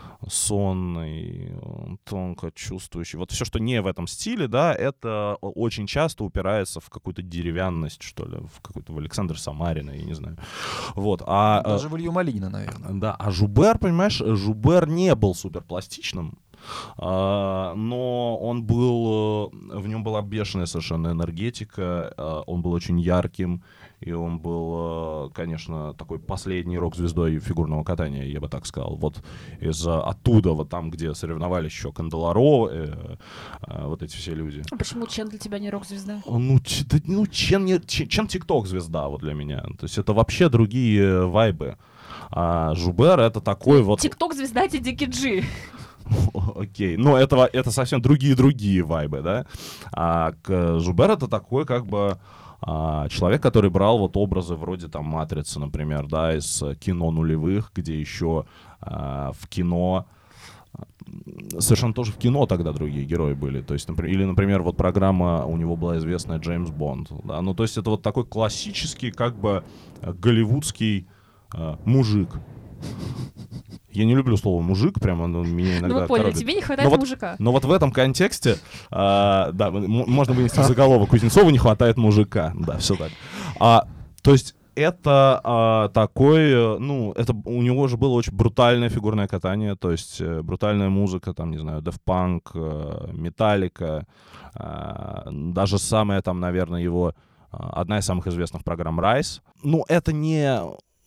сонный, тонко чувствующий. Вот все, что не в этом стиле, да, это очень часто упирается в какую-то деревянность, что ли, в какой-то в Александра Самарина, я не знаю. Вот. А, Даже в Илью Малинина, наверное. Да, а Жубер, понимаешь, Жубер не был суперпластичным, Uh, но он был, в нем была бешеная совершенно энергетика, uh, он был очень ярким, и он был, uh, конечно, такой последней рок-звездой фигурного катания, я бы так сказал. Вот из оттуда, вот там, где соревновались еще Канделаро, э, э, вот эти все люди. А почему Чен для тебя не рок-звезда? Ну, ч, да, ну Чен, не, Чен тикток-звезда вот для меня. То есть это вообще другие вайбы. А Жубер — это такой вот... Тикток-звезда — это Дикий Джи. Окей, но это, это совсем другие-другие вайбы, да. А Жубер — это такой как бы а, человек, который брал вот образы вроде там «Матрицы», например, да, из кино нулевых, где еще а, в кино... Совершенно тоже в кино тогда другие герои были. То есть, например, или, например, вот программа у него была известная «Джеймс Бонд». Да? Ну, то есть это вот такой классический как бы голливудский а, мужик. Я не люблю слово «мужик», прямо оно меня иногда Ну, мы поняли, коробит. тебе не хватает но вот, мужика. Но вот в этом контексте, а, да, м- можно вынести заголовок: Кузнецову не хватает мужика. Да, все так. А, то есть это а, такой, ну, это у него же было очень брутальное фигурное катание, то есть э, брутальная музыка, там, не знаю, Daft Punk, э, Metallica, э, даже самая там, наверное, его, э, одна из самых известных программ Rise. Ну, это не...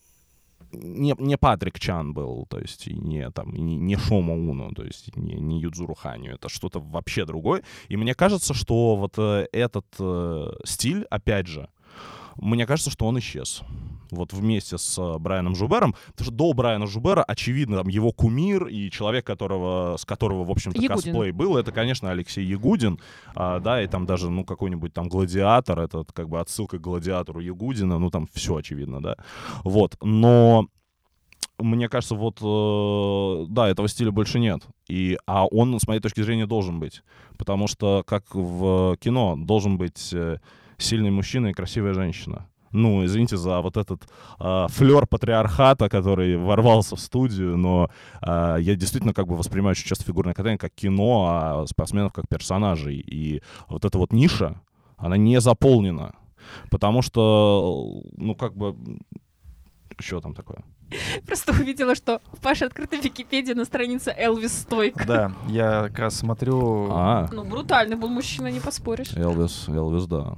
Не, не Патрик Чан был, то есть и не, там, не, не Шома Уно, то есть не, не Юдзуру Ханью, это что-то вообще другое. И мне кажется, что вот э, этот э, стиль, опять же, мне кажется, что он исчез. Вот вместе с э, Брайаном Жубером, потому что до Брайана Жубера, очевидно, там, его кумир и человек, которого, с которого, в общем-то, Ягудин. косплей был, это, конечно, Алексей Ягудин, а, да, и там даже, ну, какой-нибудь там «Гладиатор», это как бы отсылка к «Гладиатору» Ягудина, ну, там все очевидно, да. Вот, но мне кажется, вот, э, да, этого стиля больше нет. И, а он, с моей точки зрения, должен быть. Потому что, как в кино, должен быть э, сильный мужчина и красивая женщина. Ну, извините за вот этот э, флёр патриархата, который ворвался в студию, но э, я действительно как бы воспринимаю очень часто фигурное катание как кино, а спортсменов как персонажей. И вот эта вот ниша, она не заполнена. Потому что, ну, как бы... Что там такое? Просто увидела, что в Паше открыта Википедия на странице Элвис Стойк. Да, я как раз смотрю... А, Ну, брутальный был мужчина, не поспоришь. Элвис, Элвис, да.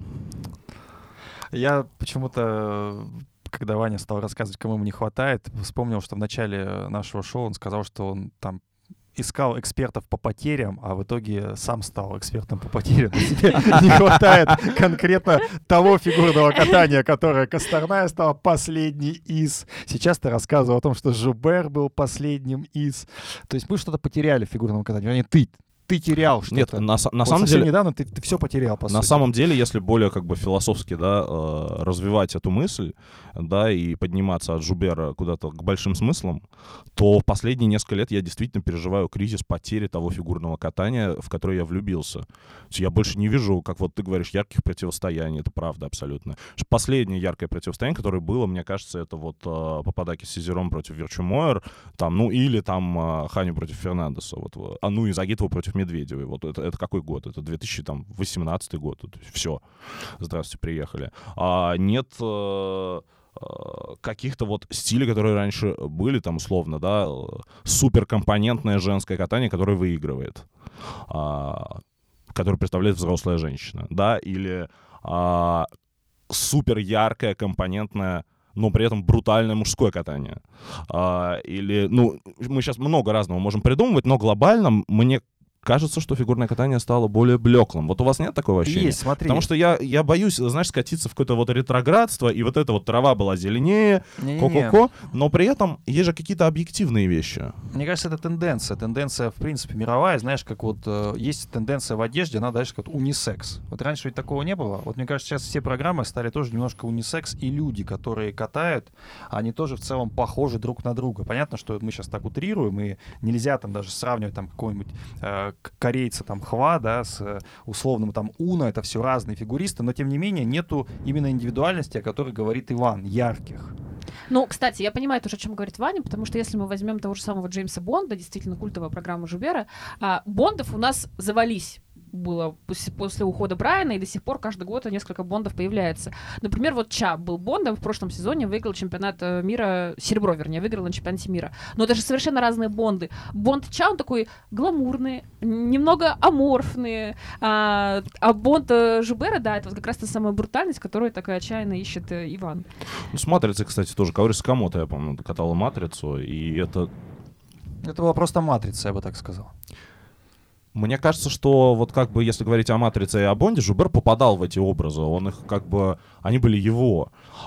Я почему-то, когда Ваня стал рассказывать, кому ему не хватает, вспомнил, что в начале нашего шоу он сказал, что он там искал экспертов по потерям, а в итоге сам стал экспертом по потерям. Тебе не хватает конкретно того фигурного катания, которое Косторная стала последней из. Сейчас ты рассказывал о том, что Жубер был последним из. То есть мы что-то потеряли в фигурном катании. Вернее, ты. Ты терял что-то. Нет, на, на вот самом деле... недавно ты, ты все потерял, по На сути. самом деле, если более как бы философски, да, э, развивать эту мысль, да, и подниматься от Жубера куда-то к большим смыслам, то в последние несколько лет я действительно переживаю кризис потери того фигурного катания, в которое я влюбился. То есть я больше не вижу, как вот ты говоришь, ярких противостояний, это правда абсолютно. Последнее яркое противостояние, которое было, мне кажется, это вот э, Пападаки с Сизером против Верчумойер, там, ну, или там э, Ханю против Фернандеса, вот, а ну и Загитова против Медведевой. Вот это, это какой год? Это две тысячи восемнадцатый год. То есть все. Здравствуйте, приехали. А нет э, э, каких-то вот стилей, которые раньше были, там, условно, да, суперкомпонентное женское катание, которое выигрывает. А, которое представляет взрослая женщина. Да, или а, супер яркое, компонентное, но при этом брутальное мужское катание. А, или, ну, мы сейчас много разного можем придумывать, но глобально мне кажется, что фигурное катание стало более блеклым. Вот у вас нет такого ощущения? Есть, смотри. Потому что я, я боюсь, знаешь, скатиться в какое-то вот ретроградство, и вот эта вот трава была зеленее, Не-не-не. ко-ко-ко, но при этом есть же какие-то объективные вещи. Мне кажется, это тенденция. Тенденция, в принципе, мировая. Знаешь, как вот э, есть тенденция в одежде, она, знаешь, как вот унисекс. Вот раньше ведь такого не было. Вот мне кажется, сейчас все программы стали тоже немножко унисекс, и люди, которые катают, они тоже в целом похожи друг на друга. Понятно, что мы сейчас так утрируем, и нельзя там даже сравнивать там какой-нибудь э, корейца там Хва, да, с э, условным там Уно. Это все разные фигуристы, но тем не менее нету именно индивидуальности, о которой говорит Иван, ярких. Ну, кстати, я понимаю тоже, о чем говорит Ваня, потому что если мы возьмем того же самого Джеймса Бонда, действительно культовая программа Жубера, а, Бондов у нас завались. Было после, после ухода Брайана, и до сих пор каждый год несколько Бондов появляется. Например, вот Ча был Бондом в прошлом сезоне, выиграл чемпионат мира, серебро, вернее, выиграл на чемпионате мира. Но это же совершенно разные Бонды. Бонд Ча, он такой гламурный, немного аморфный, а, а Бонд Жубера, да, это вот как раз та самая брутальность, которую такая отчаянно ищет Иван. Ну, с «Матрицей», кстати, тоже. Каори Сакамото, я помню, катала «Матрицу», и это... Это была просто матрица, я бы так сказал. Мне кажется, что вот как бы, если говорить о «Матрице» и о Бонде, Жубер попадал в эти образы, он их как бы, они были его.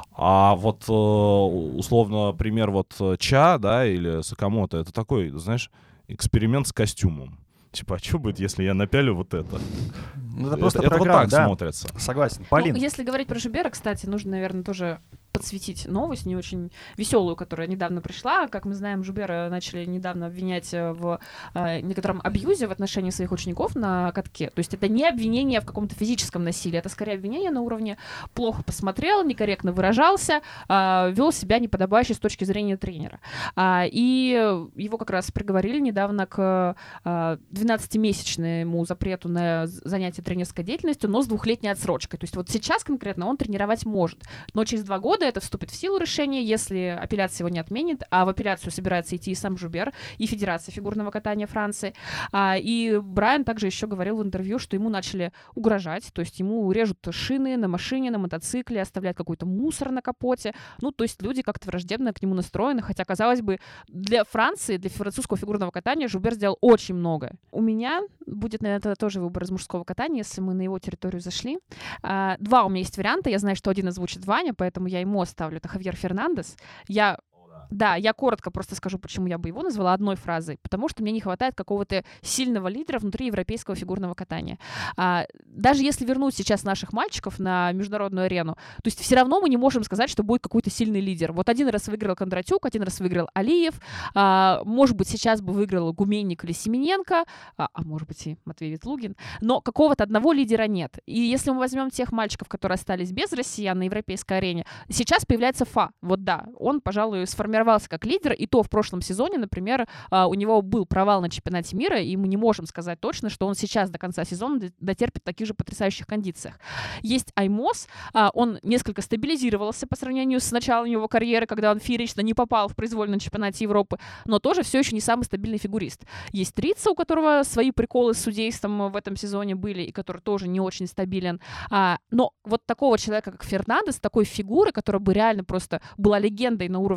А вот э, условно пример вот Ча, да, или Сакамото, это такой, знаешь, эксперимент с костюмом. Типа, а что будет, если я напялю вот это? Ну, это просто это, это вот так да? смотрится. Согласен. Полин. Ну, если говорить про Жубера, кстати, нужно, наверное, тоже подсветить новость, не очень веселую, которая недавно пришла. Как мы знаем, Жубера начали недавно обвинять в э, некотором абьюзе в отношении своих учеников на катке. То есть это не обвинение в каком-то физическом насилии, это скорее обвинение на уровне плохо посмотрел, некорректно выражался, э, вел себя неподобающе с точки зрения тренера. А, и его как раз приговорили недавно к э, двенадцатимесячному запрету на занятие тренерской деятельностью, но с двухлетней отсрочкой. То есть вот сейчас конкретно он тренировать может, но через два года это вступит в силу решение, если апелляция его не отменит, а в апелляцию собирается идти и сам Жубер, и Федерация фигурного катания Франции. А, и Брайан также еще говорил в интервью, что ему начали угрожать, то есть ему режут шины на машине, на мотоцикле, оставляют какой-то мусор на капоте. Ну, то есть люди как-то враждебно к нему настроены, хотя, казалось бы, для Франции, для французского фигурного катания Жубер сделал очень много. У меня будет, наверное, тогда тоже выбор из мужского катания, если мы на его территорию зашли. А, два у меня есть варианта. Я знаю, что один озвучит Ваня, поэтому я ему оставлю. Это Хавьер Фернандес. Я Да, я коротко просто скажу, почему я бы его назвала одной фразой. Потому что мне не хватает какого-то сильного лидера внутри европейского фигурного катания. А, даже если вернуть сейчас наших мальчиков на международную арену, то есть все равно мы не можем сказать, что будет какой-то сильный лидер. Вот один раз выиграл Кондратюк, один раз выиграл Алиев, а, может быть, сейчас бы выиграл Гуменник или Семененко, а, а может быть и Матвей Ветлугин, но какого-то одного лидера нет. И если мы возьмем тех мальчиков, которые остались без россиян на европейской арене, сейчас появляется Фа. Вот да, он, пожалуй, сформировался как лидер, и то в прошлом сезоне, например, у него был провал на чемпионате мира, и мы не можем сказать точно, что он сейчас до конца сезона дотерпит в таких же потрясающих кондициях. Есть Аймос, он несколько стабилизировался по сравнению с началом его карьеры, когда он феерично не попал в произвольно на чемпионате Европы, но тоже все еще не самый стабильный фигурист. Есть Рица, у которого свои приколы с судейством в этом сезоне были, и который тоже не очень стабилен. Но вот такого человека, как Фернандес, такой фигуры, которая бы реально просто была легендой на уровне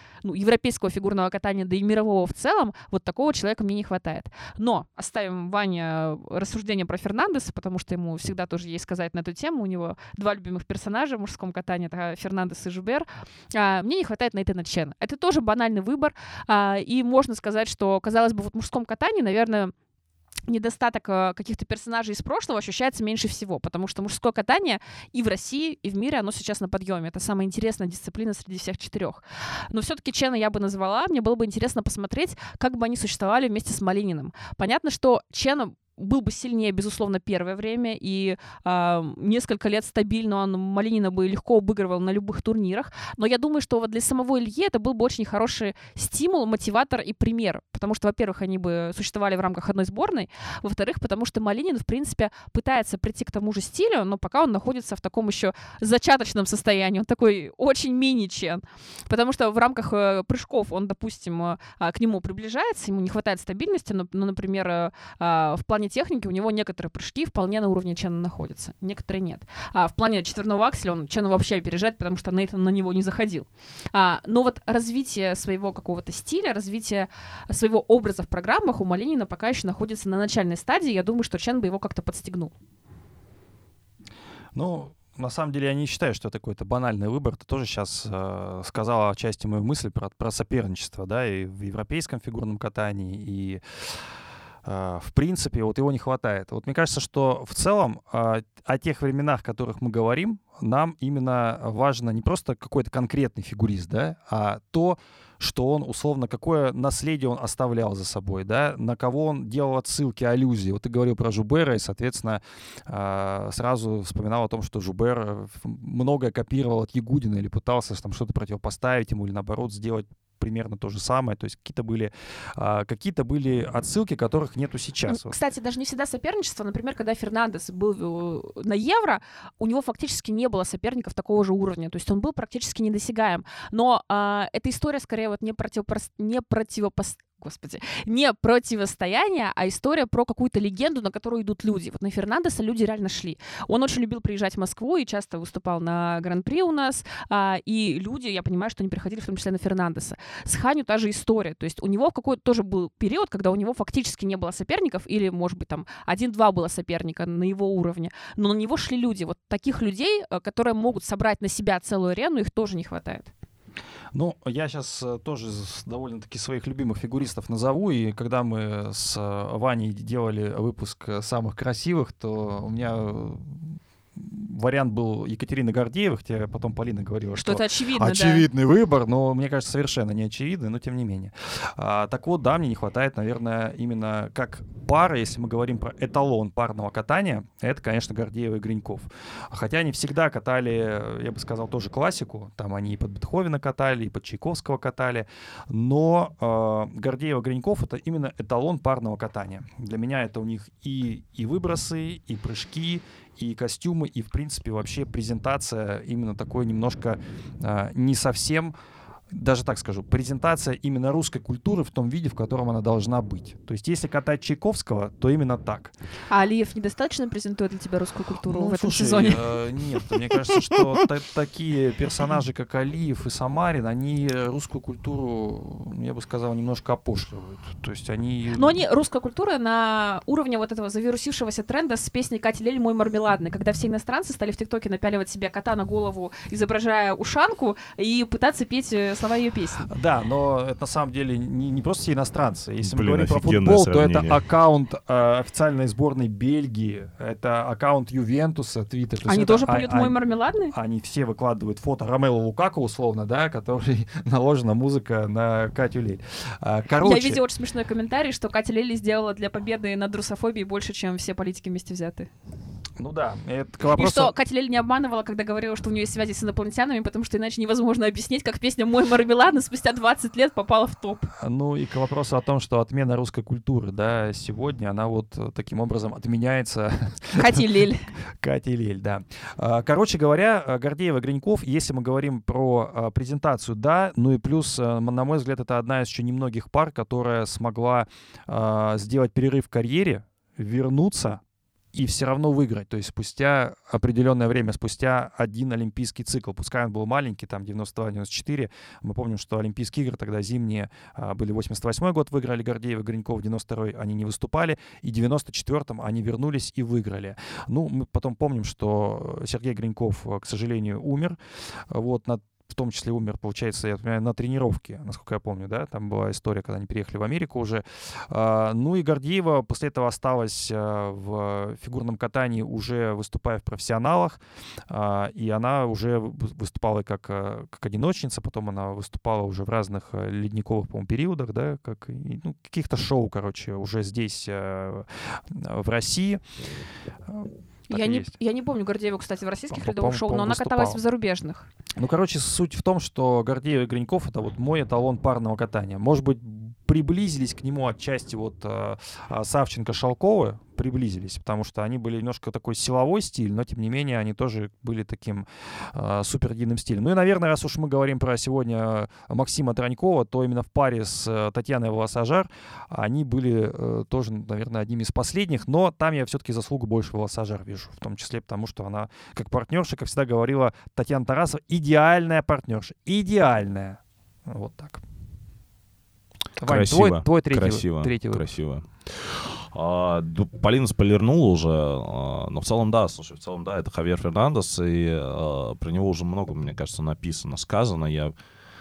ну, европейского фигурного катания, да и мирового в целом, вот такого человека мне не хватает. Но оставим Ване рассуждение про Фернандеса, потому что ему всегда тоже есть сказать на эту тему. У него два любимых персонажа в мужском катании, это Фернандес и Жубер. А, мне не хватает Нейтана Чена. Это тоже банальный выбор, а, и можно сказать, что, казалось бы, вот в мужском катании, наверное, недостаток каких-то персонажей из прошлого ощущается меньше всего, потому что мужское катание и в России, и в мире оно сейчас на подъеме. Это самая интересная дисциплина среди всех четырех. Но все-таки Чена я бы назвала. Мне было бы интересно посмотреть, как бы они существовали вместе с Малининым. Понятно, что Чена был бы сильнее, безусловно, первое время, и э, несколько лет стабильно он Малинина бы легко обыгрывал на любых турнирах, но я думаю, что вот для самого Ильи это был бы очень хороший стимул, мотиватор и пример, потому что, во-первых, они бы существовали в рамках одной сборной, во-вторых, потому что Малинин, в принципе, пытается прийти к тому же стилю, но пока он находится в таком еще зачаточном состоянии, он такой очень мини-чен, потому что в рамках э, прыжков он, допустим, э, к нему приближается, ему не хватает стабильности, но, ну, например, э, э, в плане техники у него некоторые прыжки вполне на уровне Чена находятся, некоторые нет. А в плане четверного акселя он Чена вообще опережает, потому что Нейтан на него не заходил. А, но вот развитие своего какого-то стиля, развитие своего образа в программах у Малинина пока еще находится на начальной стадии. Я думаю, что Чен бы его как-то подстегнул. Ну, на самом деле я не считаю, что это какой-то банальный выбор. Ты тоже сейчас э, сказала части мою мысль про, про соперничество, да, и в европейском фигурном катании, и в принципе, вот его не хватает. Вот мне кажется, что в целом о тех временах, о которых мы говорим, нам именно важно не просто какой-то конкретный фигурист, да, а то, что он, условно, какое наследие он оставлял за собой, да, на кого он делал отсылки, аллюзии. Вот ты говорил про Жубера, и, соответственно, сразу вспоминал о том, что Жубер многое копировал от Ягудина или пытался там что-то противопоставить ему или, наоборот, сделать примерно то же самое. То есть какие-то были, а, какие-то были отсылки, которых нету сейчас. Кстати, даже не всегда соперничество. Например, когда Фернандес был на Евро, у него фактически не было соперников такого же уровня. То есть он был практически недосягаем. Но а, эта история скорее вот не, противопос... не противопоставлена. Господи, не противостояние, а история про какую-то легенду, на которую идут люди. Вот на Фернандеса люди реально шли. Он очень любил приезжать в Москву и часто выступал на Гран-при у нас, а, и люди, я понимаю, что они приходили в том числе на Фернандеса. С Ханью та же история. То есть у него какой-то тоже был период, когда у него фактически не было соперников, или, может быть, там один-два было соперника на его уровне, но на него шли люди. Вот таких людей, которые могут собрать на себя целую арену, их тоже не хватает. Ну, я сейчас тоже довольно-таки своих любимых фигуристов назову, и когда мы с Ваней делали выпуск самых красивых, то у меня вариант был Екатерина Гордеева, хотя потом Полина говорила, что, что это очевидно, очевидный да. выбор, но мне кажется, совершенно не очевидный, но тем не менее. А, так вот, да, мне не хватает, наверное, именно как пара, если мы говорим про эталон парного катания, это, конечно, Гордеева и Гриньков. Хотя они всегда катали, я бы сказал, тоже классику, там они и под Бетховена катали, и под Чайковского катали, но э, Гордеева и Гриньков — это именно эталон парного катания. Для меня это у них и, и выбросы, и прыжки, и костюмы, и, в принципе, вообще презентация именно такой немножко э, не совсем, даже так скажу, презентация именно русской культуры в том виде, в котором она должна быть. То есть если катать Чайковского, то именно так. А Алиев недостаточно презентует для тебя русскую культуру ну, в этом слушай, сезоне? Э, нет, мне кажется, что та- такие персонажи, как Алиев и Самарин, они русскую культуру, я бы сказал, немножко опошливают. То есть они... Но они, русская культура на уровне вот этого завирусившегося тренда с песней Кати Лель «Мой мармеладный», когда все иностранцы стали в ТикТоке напяливать себе кота на голову, изображая ушанку, и пытаться петь слова ее песни. Да, но это на самом деле не, не просто все иностранцы. Если Блин, мы говорим про футбол, то это аккаунт э, официальной сборной Бельгии, это аккаунт Ювентуса, Твиттер. Они то тоже это, поют а, «Мой а, мармеладный»? Они все выкладывают фото Ромело Лукако, условно, да, который наложена музыка на Катю Лель. Короче... Я видела очень смешной комментарий, что Катя Лель сделала для победы над русофобией больше, чем все политики вместе взятые. Ну да, это к вопросу... И что Катя Лель не обманывала, когда говорила, что у нее есть связи с инопланетянами, потому что иначе невозможно объяснить, как песня «Мой мармеладный» спустя двадцать лет попала в топ. Ну и к вопросу о том, что отмена русской культуры, да, сегодня она вот таким образом отменяется... Катя Лель. Катя Лель, да. Короче говоря, Гордеева, Гриньков, если мы говорим про презентацию, да, ну и плюс, на мой взгляд, это одна из еще немногих пар, которая смогла сделать перерыв в карьере, вернуться и все равно выиграть. То есть спустя определенное время, спустя один олимпийский цикл, пускай он был маленький, там девяносто два девяносто четыре, мы помним, что Олимпийские игры тогда зимние были восемьдесят восьмой год, выиграли Гордеев и Гриньков, девяносто второй они не выступали, и в девяносто четвёртом они вернулись и выиграли. Ну, мы потом помним, что Сергей Гриньков, к сожалению, умер, вот, на в том числе умер, получается, я понимаю, на тренировке, насколько я помню, да, там была история, когда они переехали в Америку уже. А, ну и Гордеева после этого осталась а, в фигурном катании, уже выступая в профессионалах, а, и она уже выступала как, как одиночница, потом она выступала уже в разных ледниковых, по-моему, периодах, да, как, ну, каких-то шоу, короче, уже здесь, а, в России. Я не, я не помню Гордееву, кстати, в российских По- ледовых по- шоу, но она выступала. каталась в зарубежных. Ну, короче, суть в том, что Гордеев и Гриньков — это вот мой эталон парного катания. Может быть, приблизились к нему отчасти вот э, Савченко, Шалковы, приблизились, потому что они были немножко такой силовой стиль, но, тем не менее, они тоже были таким э, супер длинным стилем. Ну и, наверное, раз уж мы говорим про сегодня Максима Тронькова, то именно в паре с э, Татьяной Волосожар они были э, тоже, наверное, одними из последних, но там я все-таки заслугу больше Волосожар вижу, в том числе потому, что она, как партнерша, как всегда говорила Татьяна Тарасова, идеальная партнерша. Идеальная. Вот так. Вань, Красиво, твой, твой третий, красиво, третий выпуск. красиво. А, ду- Полина спойлернула уже, а, но в целом да, слушай, в целом да, это Хавьер Фернандес, и а, про него уже много, мне кажется, написано, сказано. Я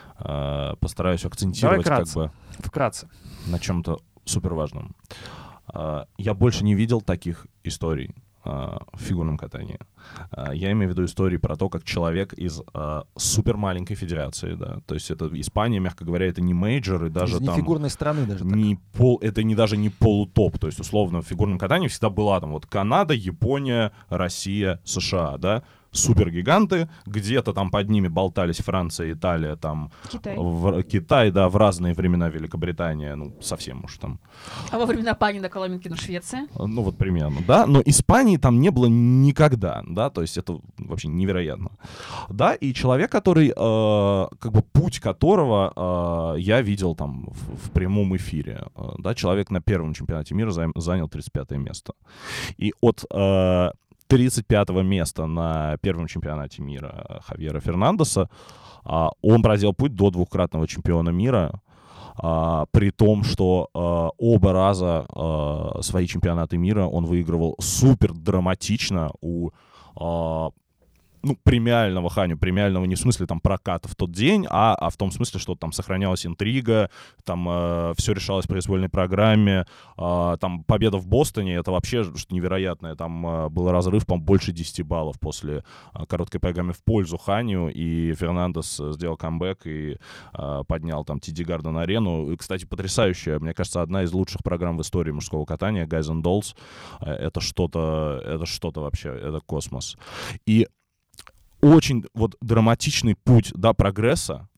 а, постараюсь акцентировать Давай как бы Вкратце. на чем-то супер важном. А, я больше не видел таких историй а, в фигурном катании. А, я имею в виду истории про то, как человек из а, супер маленькой федерации, да, то есть это Испания, мягко говоря, это не мейджор, и даже Из там нефигурной страны даже так. не пол, это не даже не полутоп, то есть условно в фигурном катании всегда была там вот Канада, Япония, Россия, США, да, супергиганты, где-то там под ними болтались Франция, Италия, там Китай. В, Китай, да, в разные времена Великобритания, ну совсем уж там. А во времена Панина, Коломенкина, Швеция? Ну вот примерно, да, но Испании там не было никогда, да, то есть это вообще невероятно, да, и человек, который, э, как бы путь которого э, я видел там в, в прямом эфире, э, да, человек на первом чемпионате мира за, занял тридцать пятое место, и от э, тридцать пятого места на первом чемпионате мира Хавьера Фернандеса э, он проделал путь до двукратного чемпиона мира. Uh, при том, что uh, оба раза uh, свои чемпионаты мира он выигрывал супер драматично у uh, ну, премиального Ханю, премиального не в смысле там проката в тот день, а, а в том смысле, что там сохранялась интрига, там э, все решалось в произвольной программе, э, там победа в Бостоне, это вообще что-то невероятное, там э, был разрыв, по-моему, больше десяти баллов после э, короткой программы в пользу Ханю, и Фернандес сделал камбэк и э, поднял там Ти Ди Гарден арену. И, кстати, потрясающая, мне кажется, одна из лучших программ в истории мужского катания, Guys and Dolls, э, это что-то, это что-то вообще, это космос. И очень вот драматичный путь до прогресса,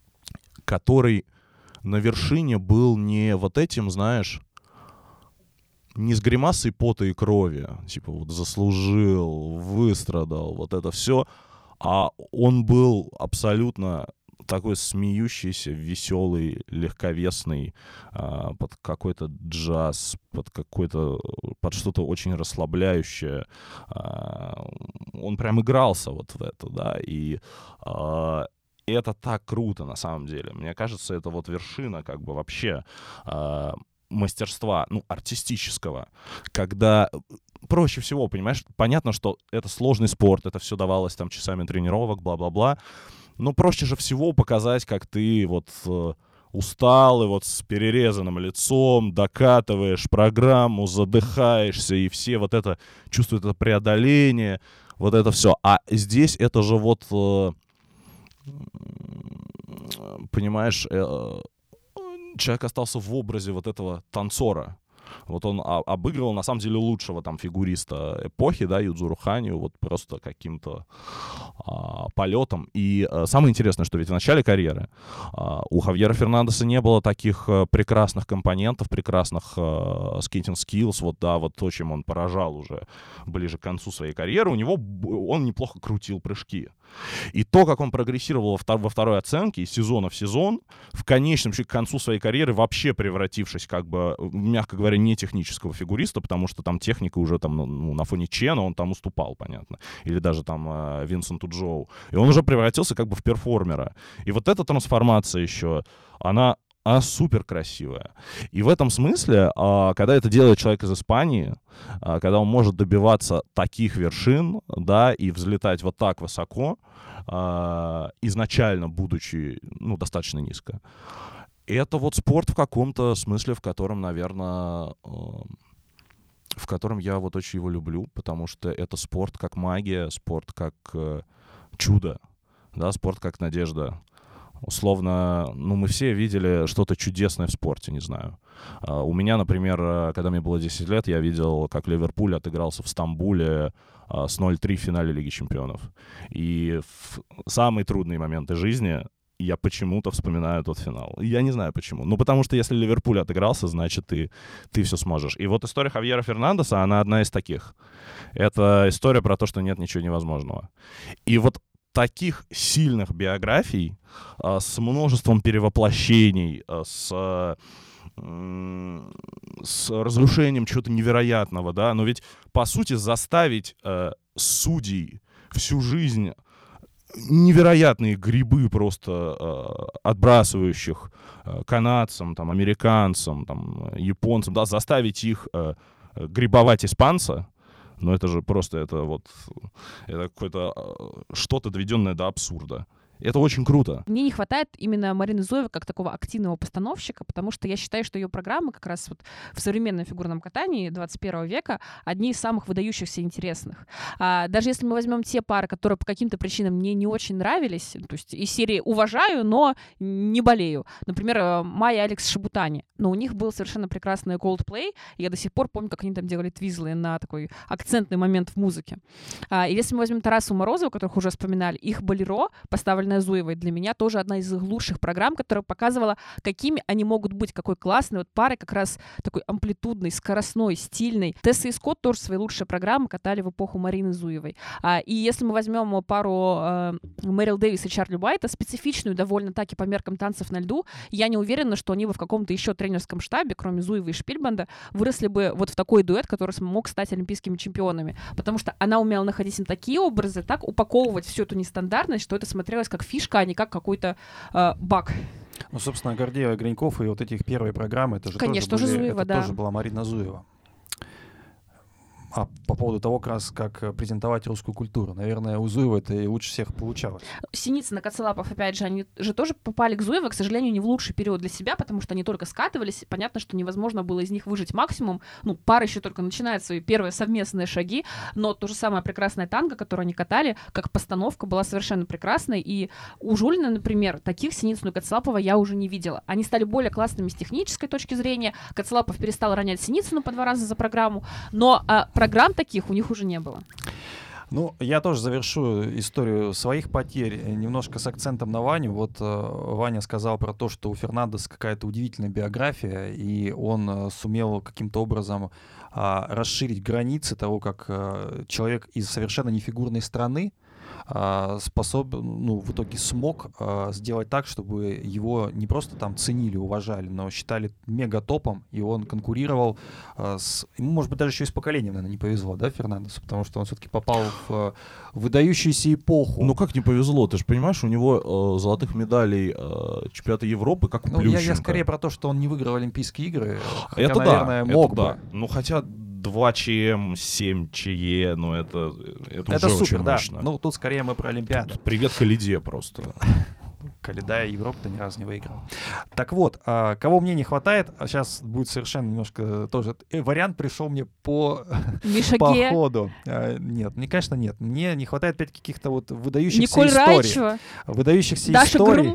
который на вершине был не вот этим, знаешь, не с гримасой пота и крови, типа вот заслужил, выстрадал, вот это все, а он был абсолютно такой смеющийся, веселый, легковесный, а, под какой-то джаз, под какой-то, под что-то очень расслабляющее. А, он прям игрался вот в это, да, и а, это так круто на самом деле. Мне кажется, это вот вершина как бы вообще а, мастерства, ну, артистического, когда проще всего, понимаешь, понятно, что это сложный спорт, это все давалось там часами тренировок, бла-бла-бла. Ну, проще же всего показать, как ты вот э, устал и вот с перерезанным лицом докатываешь программу, задыхаешься, и все вот это чувствуют это преодоление, вот это все. А здесь это же вот, э, понимаешь, э, человек остался в образе вот этого танцора. Вот он а, обыгрывал, на самом деле, лучшего там фигуриста эпохи, да, Юдзуру Ханю, вот просто каким-то а, полетом. И а, самое интересное, что ведь в начале карьеры а, у Хавьера Фернандеса не было таких а, прекрасных компонентов, прекрасных а, скейтинг-скиллс, вот, да, вот то, чем он поражал уже ближе к концу своей карьеры. У него, он неплохо крутил прыжки. И то, как он прогрессировал во, втор- во второй оценке из сезона в сезон, в конечном счете к концу своей карьеры вообще превратившись, как бы, мягко говоря, не технического фигуриста, потому что там техника уже там, ну, на фоне Чена он там уступал, понятно. Или даже там э, Винсенту Джоу. И он уже превратился как бы в перформера. И вот эта трансформация еще, она... Она супер красивая. И в этом смысле, когда это делает человек из Испании, когда он может добиваться таких вершин, да, и взлетать вот так высоко, изначально будучи, ну, достаточно низко, это вот спорт в каком-то смысле, в котором, наверное, в котором я вот очень его люблю, потому что это спорт как магия, спорт как чудо, да, спорт как надежда. Условно, ну, мы все видели что-то чудесное в спорте, не знаю. Uh, у меня, например, когда мне было десять лет, я видел, как Ливерпуль отыгрался в Стамбуле uh, с ноль три в финале Лиги Чемпионов. И в самые трудные моменты жизни я почему-то вспоминаю тот финал. Я не знаю почему. Ну, потому что если Ливерпуль отыгрался, значит, ты, ты все сможешь. И вот история Хавьера Фернандеса, она одна из таких. Это история про то, что нет ничего невозможного. И вот таких сильных биографий а, с множеством перевоплощений, а, с, а, с разрушением чего-то невероятного, да, но ведь, по сути, заставить а, судей всю жизнь невероятные грибы просто а, отбрасывающих а, канадцам, там, американцам, там, японцам, да, заставить их а, грибовать испанца. Но это же просто, это вот, это какое-то что-то доведенное до абсурда. Это очень круто. Мне не хватает именно Марины Зуевой как такого активного постановщика, потому что я считаю, что ее программы как раз вот в современном фигурном катании двадцать первого века одни из самых выдающихся и интересных. А, даже если мы возьмем те пары, которые по каким-то причинам мне не очень нравились, то есть из серии «уважаю, но не болею». Например, Майя и Алекс Шибутани. Но у них был совершенно прекрасный Coldplay, и я до сих пор помню, как они там делали твизлы на такой акцентный момент в музыке. А, и если мы возьмем Тарасу Морозову, которых уже вспоминали, их «Болеро», поставленное Зуевой, для меня тоже одна из лучших программ, которая показывала, какими они могут быть, какой классной вот парой, как раз такой амплитудной, скоростной, стильной. Тесса и Скотт тоже свои лучшие программы катали в эпоху Марины Зуевой. А, и если мы возьмем пару э, Мэрил Дэвис и Чарли Уайта, специфичную довольно таки по меркам танцев на льду, я не уверена, что они бы в каком-то еще тренерском штабе, кроме Зуевой и Шпильбанда, выросли бы вот в такой дуэт, который мог стать олимпийскими чемпионами. Потому что она умела находить им такие образы, так упаковывать всю эту нестандартность, что это смотрелось как фишка, а не как какой-то э, баг. Ну, собственно, Гордеева, Гриньков и вот эти их первые программы, это же Конечно, тоже, были, Зуева, это да. тоже была Марина Зуева. А по поводу того, как раз как презентовать русскую культуру, наверное, у Зуева это и лучше всех получалось. Синицын и Коцелапов, опять же, они же тоже попали к Зуевой, к сожалению, не в лучший период для себя, потому что они только скатывались. Понятно, что невозможно было из них выжить максимум. Ну, пара еще только начинает свои первые совместные шаги, но то же самое прекрасное танго, которое они катали, как постановка была совершенно прекрасной. И у Жулина, например, таких Синицына и Коцелапова я уже не видела. Они стали более классными с технической точки зрения. Коцелапов перестал ронять Синицыну по два раза за программу, но а, программ таких у них уже не было. Ну, я тоже завершу историю своих потерь немножко с акцентом на Ваню. Вот э, Ваня сказал про то, что у Фернандеса какая-то удивительная биография, и он э, сумел каким-то образом э, расширить границы того, как э, человек из совершенно нефигурной страны способен, ну, в итоге смог э, сделать так, чтобы его не просто там ценили, уважали, но считали мегатопом, и он конкурировал э, с... Ему, может быть, даже еще и с поколением, наверное, не повезло, да, Фернандесу, потому что он все-таки попал в э, выдающуюся эпоху. Ну, как не повезло? Ты же понимаешь, у него э, золотых медалей э, чемпионата Европы, как у ну, Плющенко. Я, я скорее про то, что он не выиграл Олимпийские игры, хотя, это наверное, да, мог это бы. Да. Ну, хотя два ЧМ, семь ЧЕ, ну это, это, это уже супер, очень да. мощно. Ну, тут скорее мы про Олимпиаду. Тут привет Калиде просто. Калида Европу-то ни разу не выиграл. Так вот, а, кого мне не хватает, а сейчас будет совершенно немножко тоже... Э, вариант пришел мне по, по ходу. А, нет, мне, конечно, нет. Мне не хватает опять каких-то вот выдающихся Николь историй. Райчева. Выдающихся Даша историй. Грум.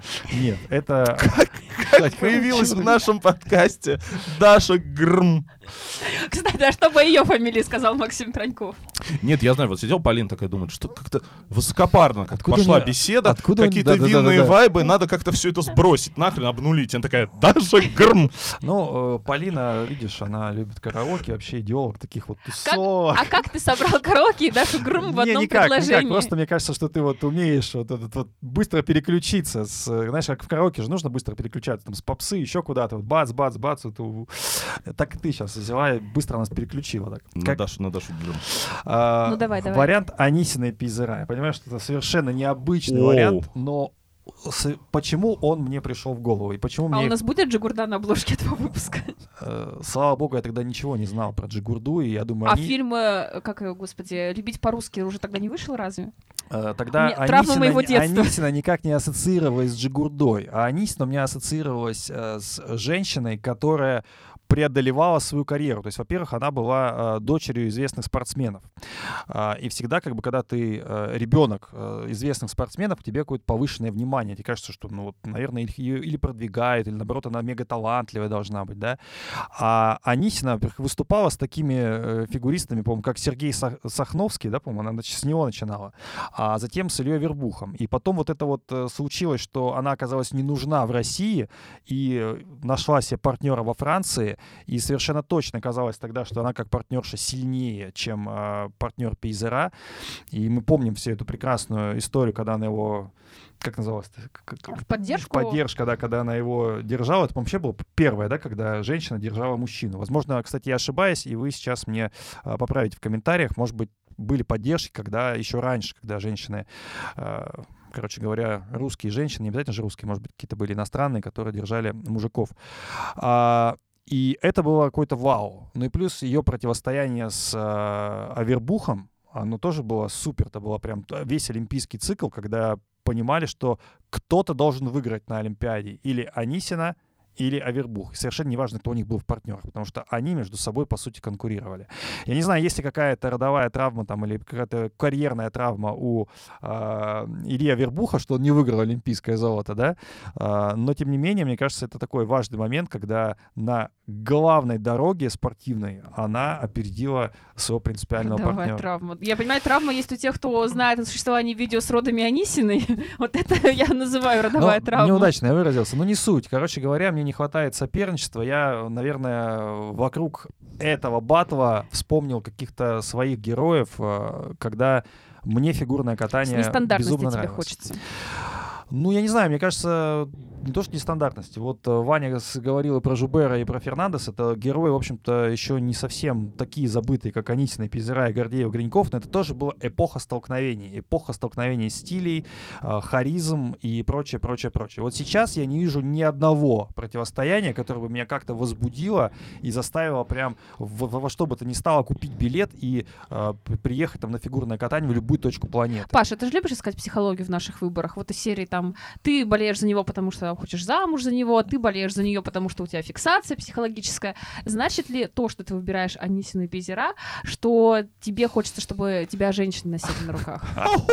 Нет, это... Как появилась в нашем подкасте Даша Грм. Кстати, а что бы ее фамилии сказал Максим Троньков? Нет, я знаю, вот сидел Полина такая, думает, что как-то высокопарно как Откуда пошла мне- беседа, откуда он- какие-то да-да-да-да-да. винные вайбы, надо как-то все это сбросить, нахрен обнулить. Она такая, Даша Грм. Ну, э, Полина, видишь, она любит караоке, вообще идеолог таких вот тусовок. А как ты собрал караоке и Дашу Грм в Не, одном никак, предложении? никак. Просто мне кажется, что ты вот умеешь вот этот вот быстро переключиться. С, э, знаешь, как в караоке же нужно быстро переключаться. Там с попсы еще куда-то. Вот бац, бац, бац. Вот, у- так и ты сейчас взяла и быстро нас переключила. Так. На Как, Дашу, на Дашу Грм. а, Ну, давай, давай. Вариант Анисиной Пейзера. Я понимаю, что это совершенно необычный Оу. вариант, но с- почему он мне пришел в голову? И почему А мне... у нас будет Джигурда на обложке этого выпуска? э, слава богу, я тогда ничего не знал про Джигурду, и я думаю, А они... фильм, э, как его, господи, «Любить по-русски» уже тогда не вышел разве? Э, Тогда Мне- травма Анисина, моего не- детства. Анисина никак не ассоциировалась с Джигурдой, а Анисина у меня ассоциировалась э, с женщиной, которая преодолевала свою карьеру. То есть, во-первых, она была э, дочерью известных спортсменов. А, и всегда, как бы, когда ты э, ребенок э, известных спортсменов, к тебе какое-то повышенное внимание. Тебе кажется, что, ну, вот, наверное, их ее или продвигают, или, наоборот, она мега талантливая должна быть, да. А Анисина, во-первых, выступала с такими э, фигуристами, по-моему, как Сергей Сах- Сахновский, да, по-моему, она нач- с него начинала, а затем с Ильей Вербухом. И потом вот это вот э, случилось, что она оказалась не нужна в России и э, нашла себе партнера во Франции, и совершенно точно казалось тогда, что она как партнерша сильнее, чем э, партнер Пейзера. И мы помним всю эту прекрасную историю, когда она его... Как называлось? В поддержку? Поддержка, да, когда она его держала. Это, по-моему, вообще было первое, да, когда женщина держала мужчину. Возможно, кстати, я ошибаюсь, и вы сейчас мне а, поправите в комментариях. Может быть, были поддержки, когда еще раньше, когда женщины... А, короче говоря, русские женщины, не обязательно же русские, может быть, какие-то были иностранные, которые держали мужиков. А, и это было какой-то вау. Ну и плюс ее противостояние с а, Авербухом, оно тоже было супер. Это был прям весь олимпийский цикл, когда понимали, что кто-то должен выиграть на Олимпиаде. Или Анисина, или Авербух. И совершенно неважно, кто у них был в партнерах, потому что они между собой, по сути, конкурировали. Я не знаю, есть ли какая-то родовая травма там или какая-то карьерная травма у э, Ильи Авербуха, что он не выиграл олимпийское золото, да? Э, но, тем не менее, мне кажется, это такой важный момент, когда на главной дороге спортивной она опередила своего принципиального Родовая партнера. травма. Я понимаю, травма есть у тех, кто знает о существовании видео с родами Анисиной. Вот это я называю родовая Ну, травма. неудачно я выразился, но не суть. Короче говоря, мне не хватает соперничества. Я, наверное, вокруг этого батла вспомнил каких-то своих героев, э, когда мне фигурное катание Нестандартности безумно тебе нравилось. хочется. Ну, я не знаю, мне кажется, не то, что нестандартности. Вот э, Ваня с- говорил и про Жубера, и про Фернандес. Это герои, в общем-то, еще не совсем такие забытые, как Анисина, Пейзера и Гордеева, Гриньков, но это тоже была эпоха столкновений. Эпоха столкновений стилей, э, харизм и прочее, прочее, прочее. Вот сейчас я не вижу ни одного противостояния, которое бы меня как-то возбудило и заставило прям в- во во что бы то ни стало купить билет и э, при- приехать там на фигурное катание в любую точку планеты. Паша, ты же любишь искать психологию в наших выборах? Вот из серии там ты болеешь за него, потому что хочешь замуж за него, ты болеешь за нее, потому что у тебя фиксация психологическая. Значит ли то, что ты выбираешь Анисину и Пейзера, что тебе хочется, чтобы тебя женщины носили на руках?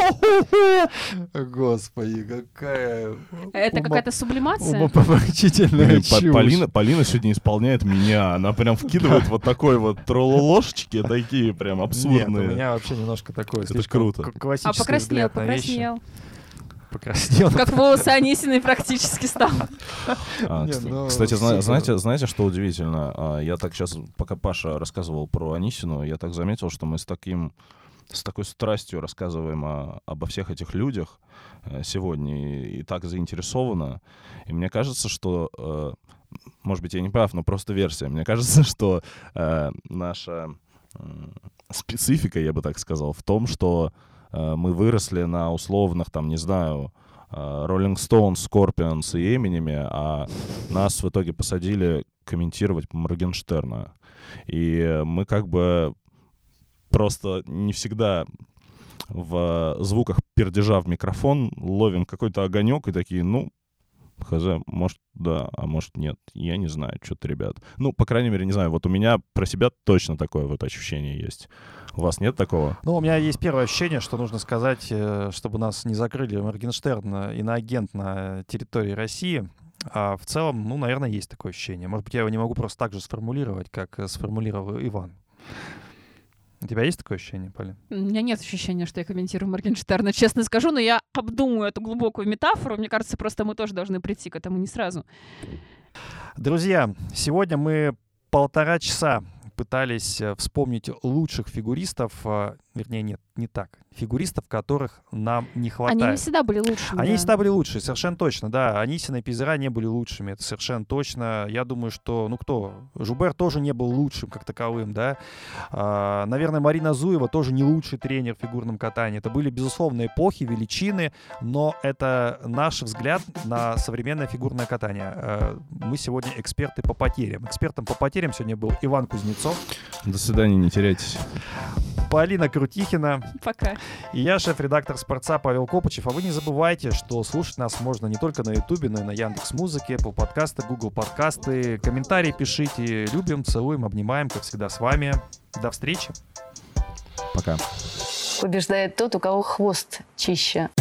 Господи, какая... Это какая-то сублимация? Умопомрачительная Блин, чушь. Па- Полина, Полина сегодня исполняет меня. Она прям вкидывает вот такой вот троллоложечки, такие прям Нет, у абсурдные. меня вообще немножко такой Это слишком круто. к- А классический покраснел, взгляд на вещи. покраснел. Покраснел. Как волосы Анисиной практически стал. А, Не, кста- ну, Кстати, зна- супер. знаете, знаете, что удивительно? А, Я так сейчас, пока Паша рассказывал про Анисину, я так заметил, что мы с таким с такой страстью рассказываем о- обо всех этих людях э, сегодня и, и так заинтересованы. И мне кажется, что, э, может быть, я не прав, но просто версия. Мне кажется, что э, наша э, специфика, я бы так сказал, в том, что э, мы выросли на условных, там, не знаю, э, Rolling Stones, Scorpions и Эминеме, а нас в итоге посадили комментировать Моргенштерна. И мы как бы просто не всегда в звуках пердежа в микрофон ловим какой-то огонек и такие, ну, Хз, может, да, а может, нет. Я не знаю, что-то, ребят. Ну, по крайней мере, не знаю, вот у меня про себя точно такое вот ощущение есть. У вас нет такого? Ну, у меня есть первое ощущение, что нужно сказать, э, чтобы нас не закрыли Моргенштерн иноагент на территории России. А в целом, ну, наверное, есть такое ощущение. Может быть, я его не могу просто так же сформулировать, как э, сформулировал Иван. У тебя есть такое ощущение, Полин? У меня нет ощущения, что я комментирую Моргенштерна, честно скажу, но я обдумаю эту глубокую метафору. Мне кажется, просто мы тоже должны прийти к этому не сразу. Друзья, сегодня мы полтора часа пытались вспомнить лучших фигуристов, вернее, нет, не так, фигуристов, которых нам не хватает. Они не всегда были лучшими. Они да. не всегда были лучшие, совершенно точно, да. Анисина и Пизера не были лучшими, это совершенно точно. Я думаю, что, ну кто, Жубер тоже не был лучшим как таковым, да. А, наверное, Марина Зуева тоже не лучший тренер в фигурном катании. Это были, безусловно, эпохи, величины, но это наш взгляд на современное фигурное катание. А, мы сегодня эксперты по потерям. Экспертом по потерям сегодня был Иван Кузнецов. До свидания, не теряйтесь. Полина Крутихина. Пока. И я, шеф-редактор «Спорца» Павел Копычев. А вы не забывайте, что слушать нас можно не только на Ютубе, но и на Яндекс.Музыке, Apple подкасты, Google подкасты. Комментарии пишите. Любим, целуем, обнимаем, как всегда, с вами. До встречи. Пока. Побеждает тот, у кого хвост чище.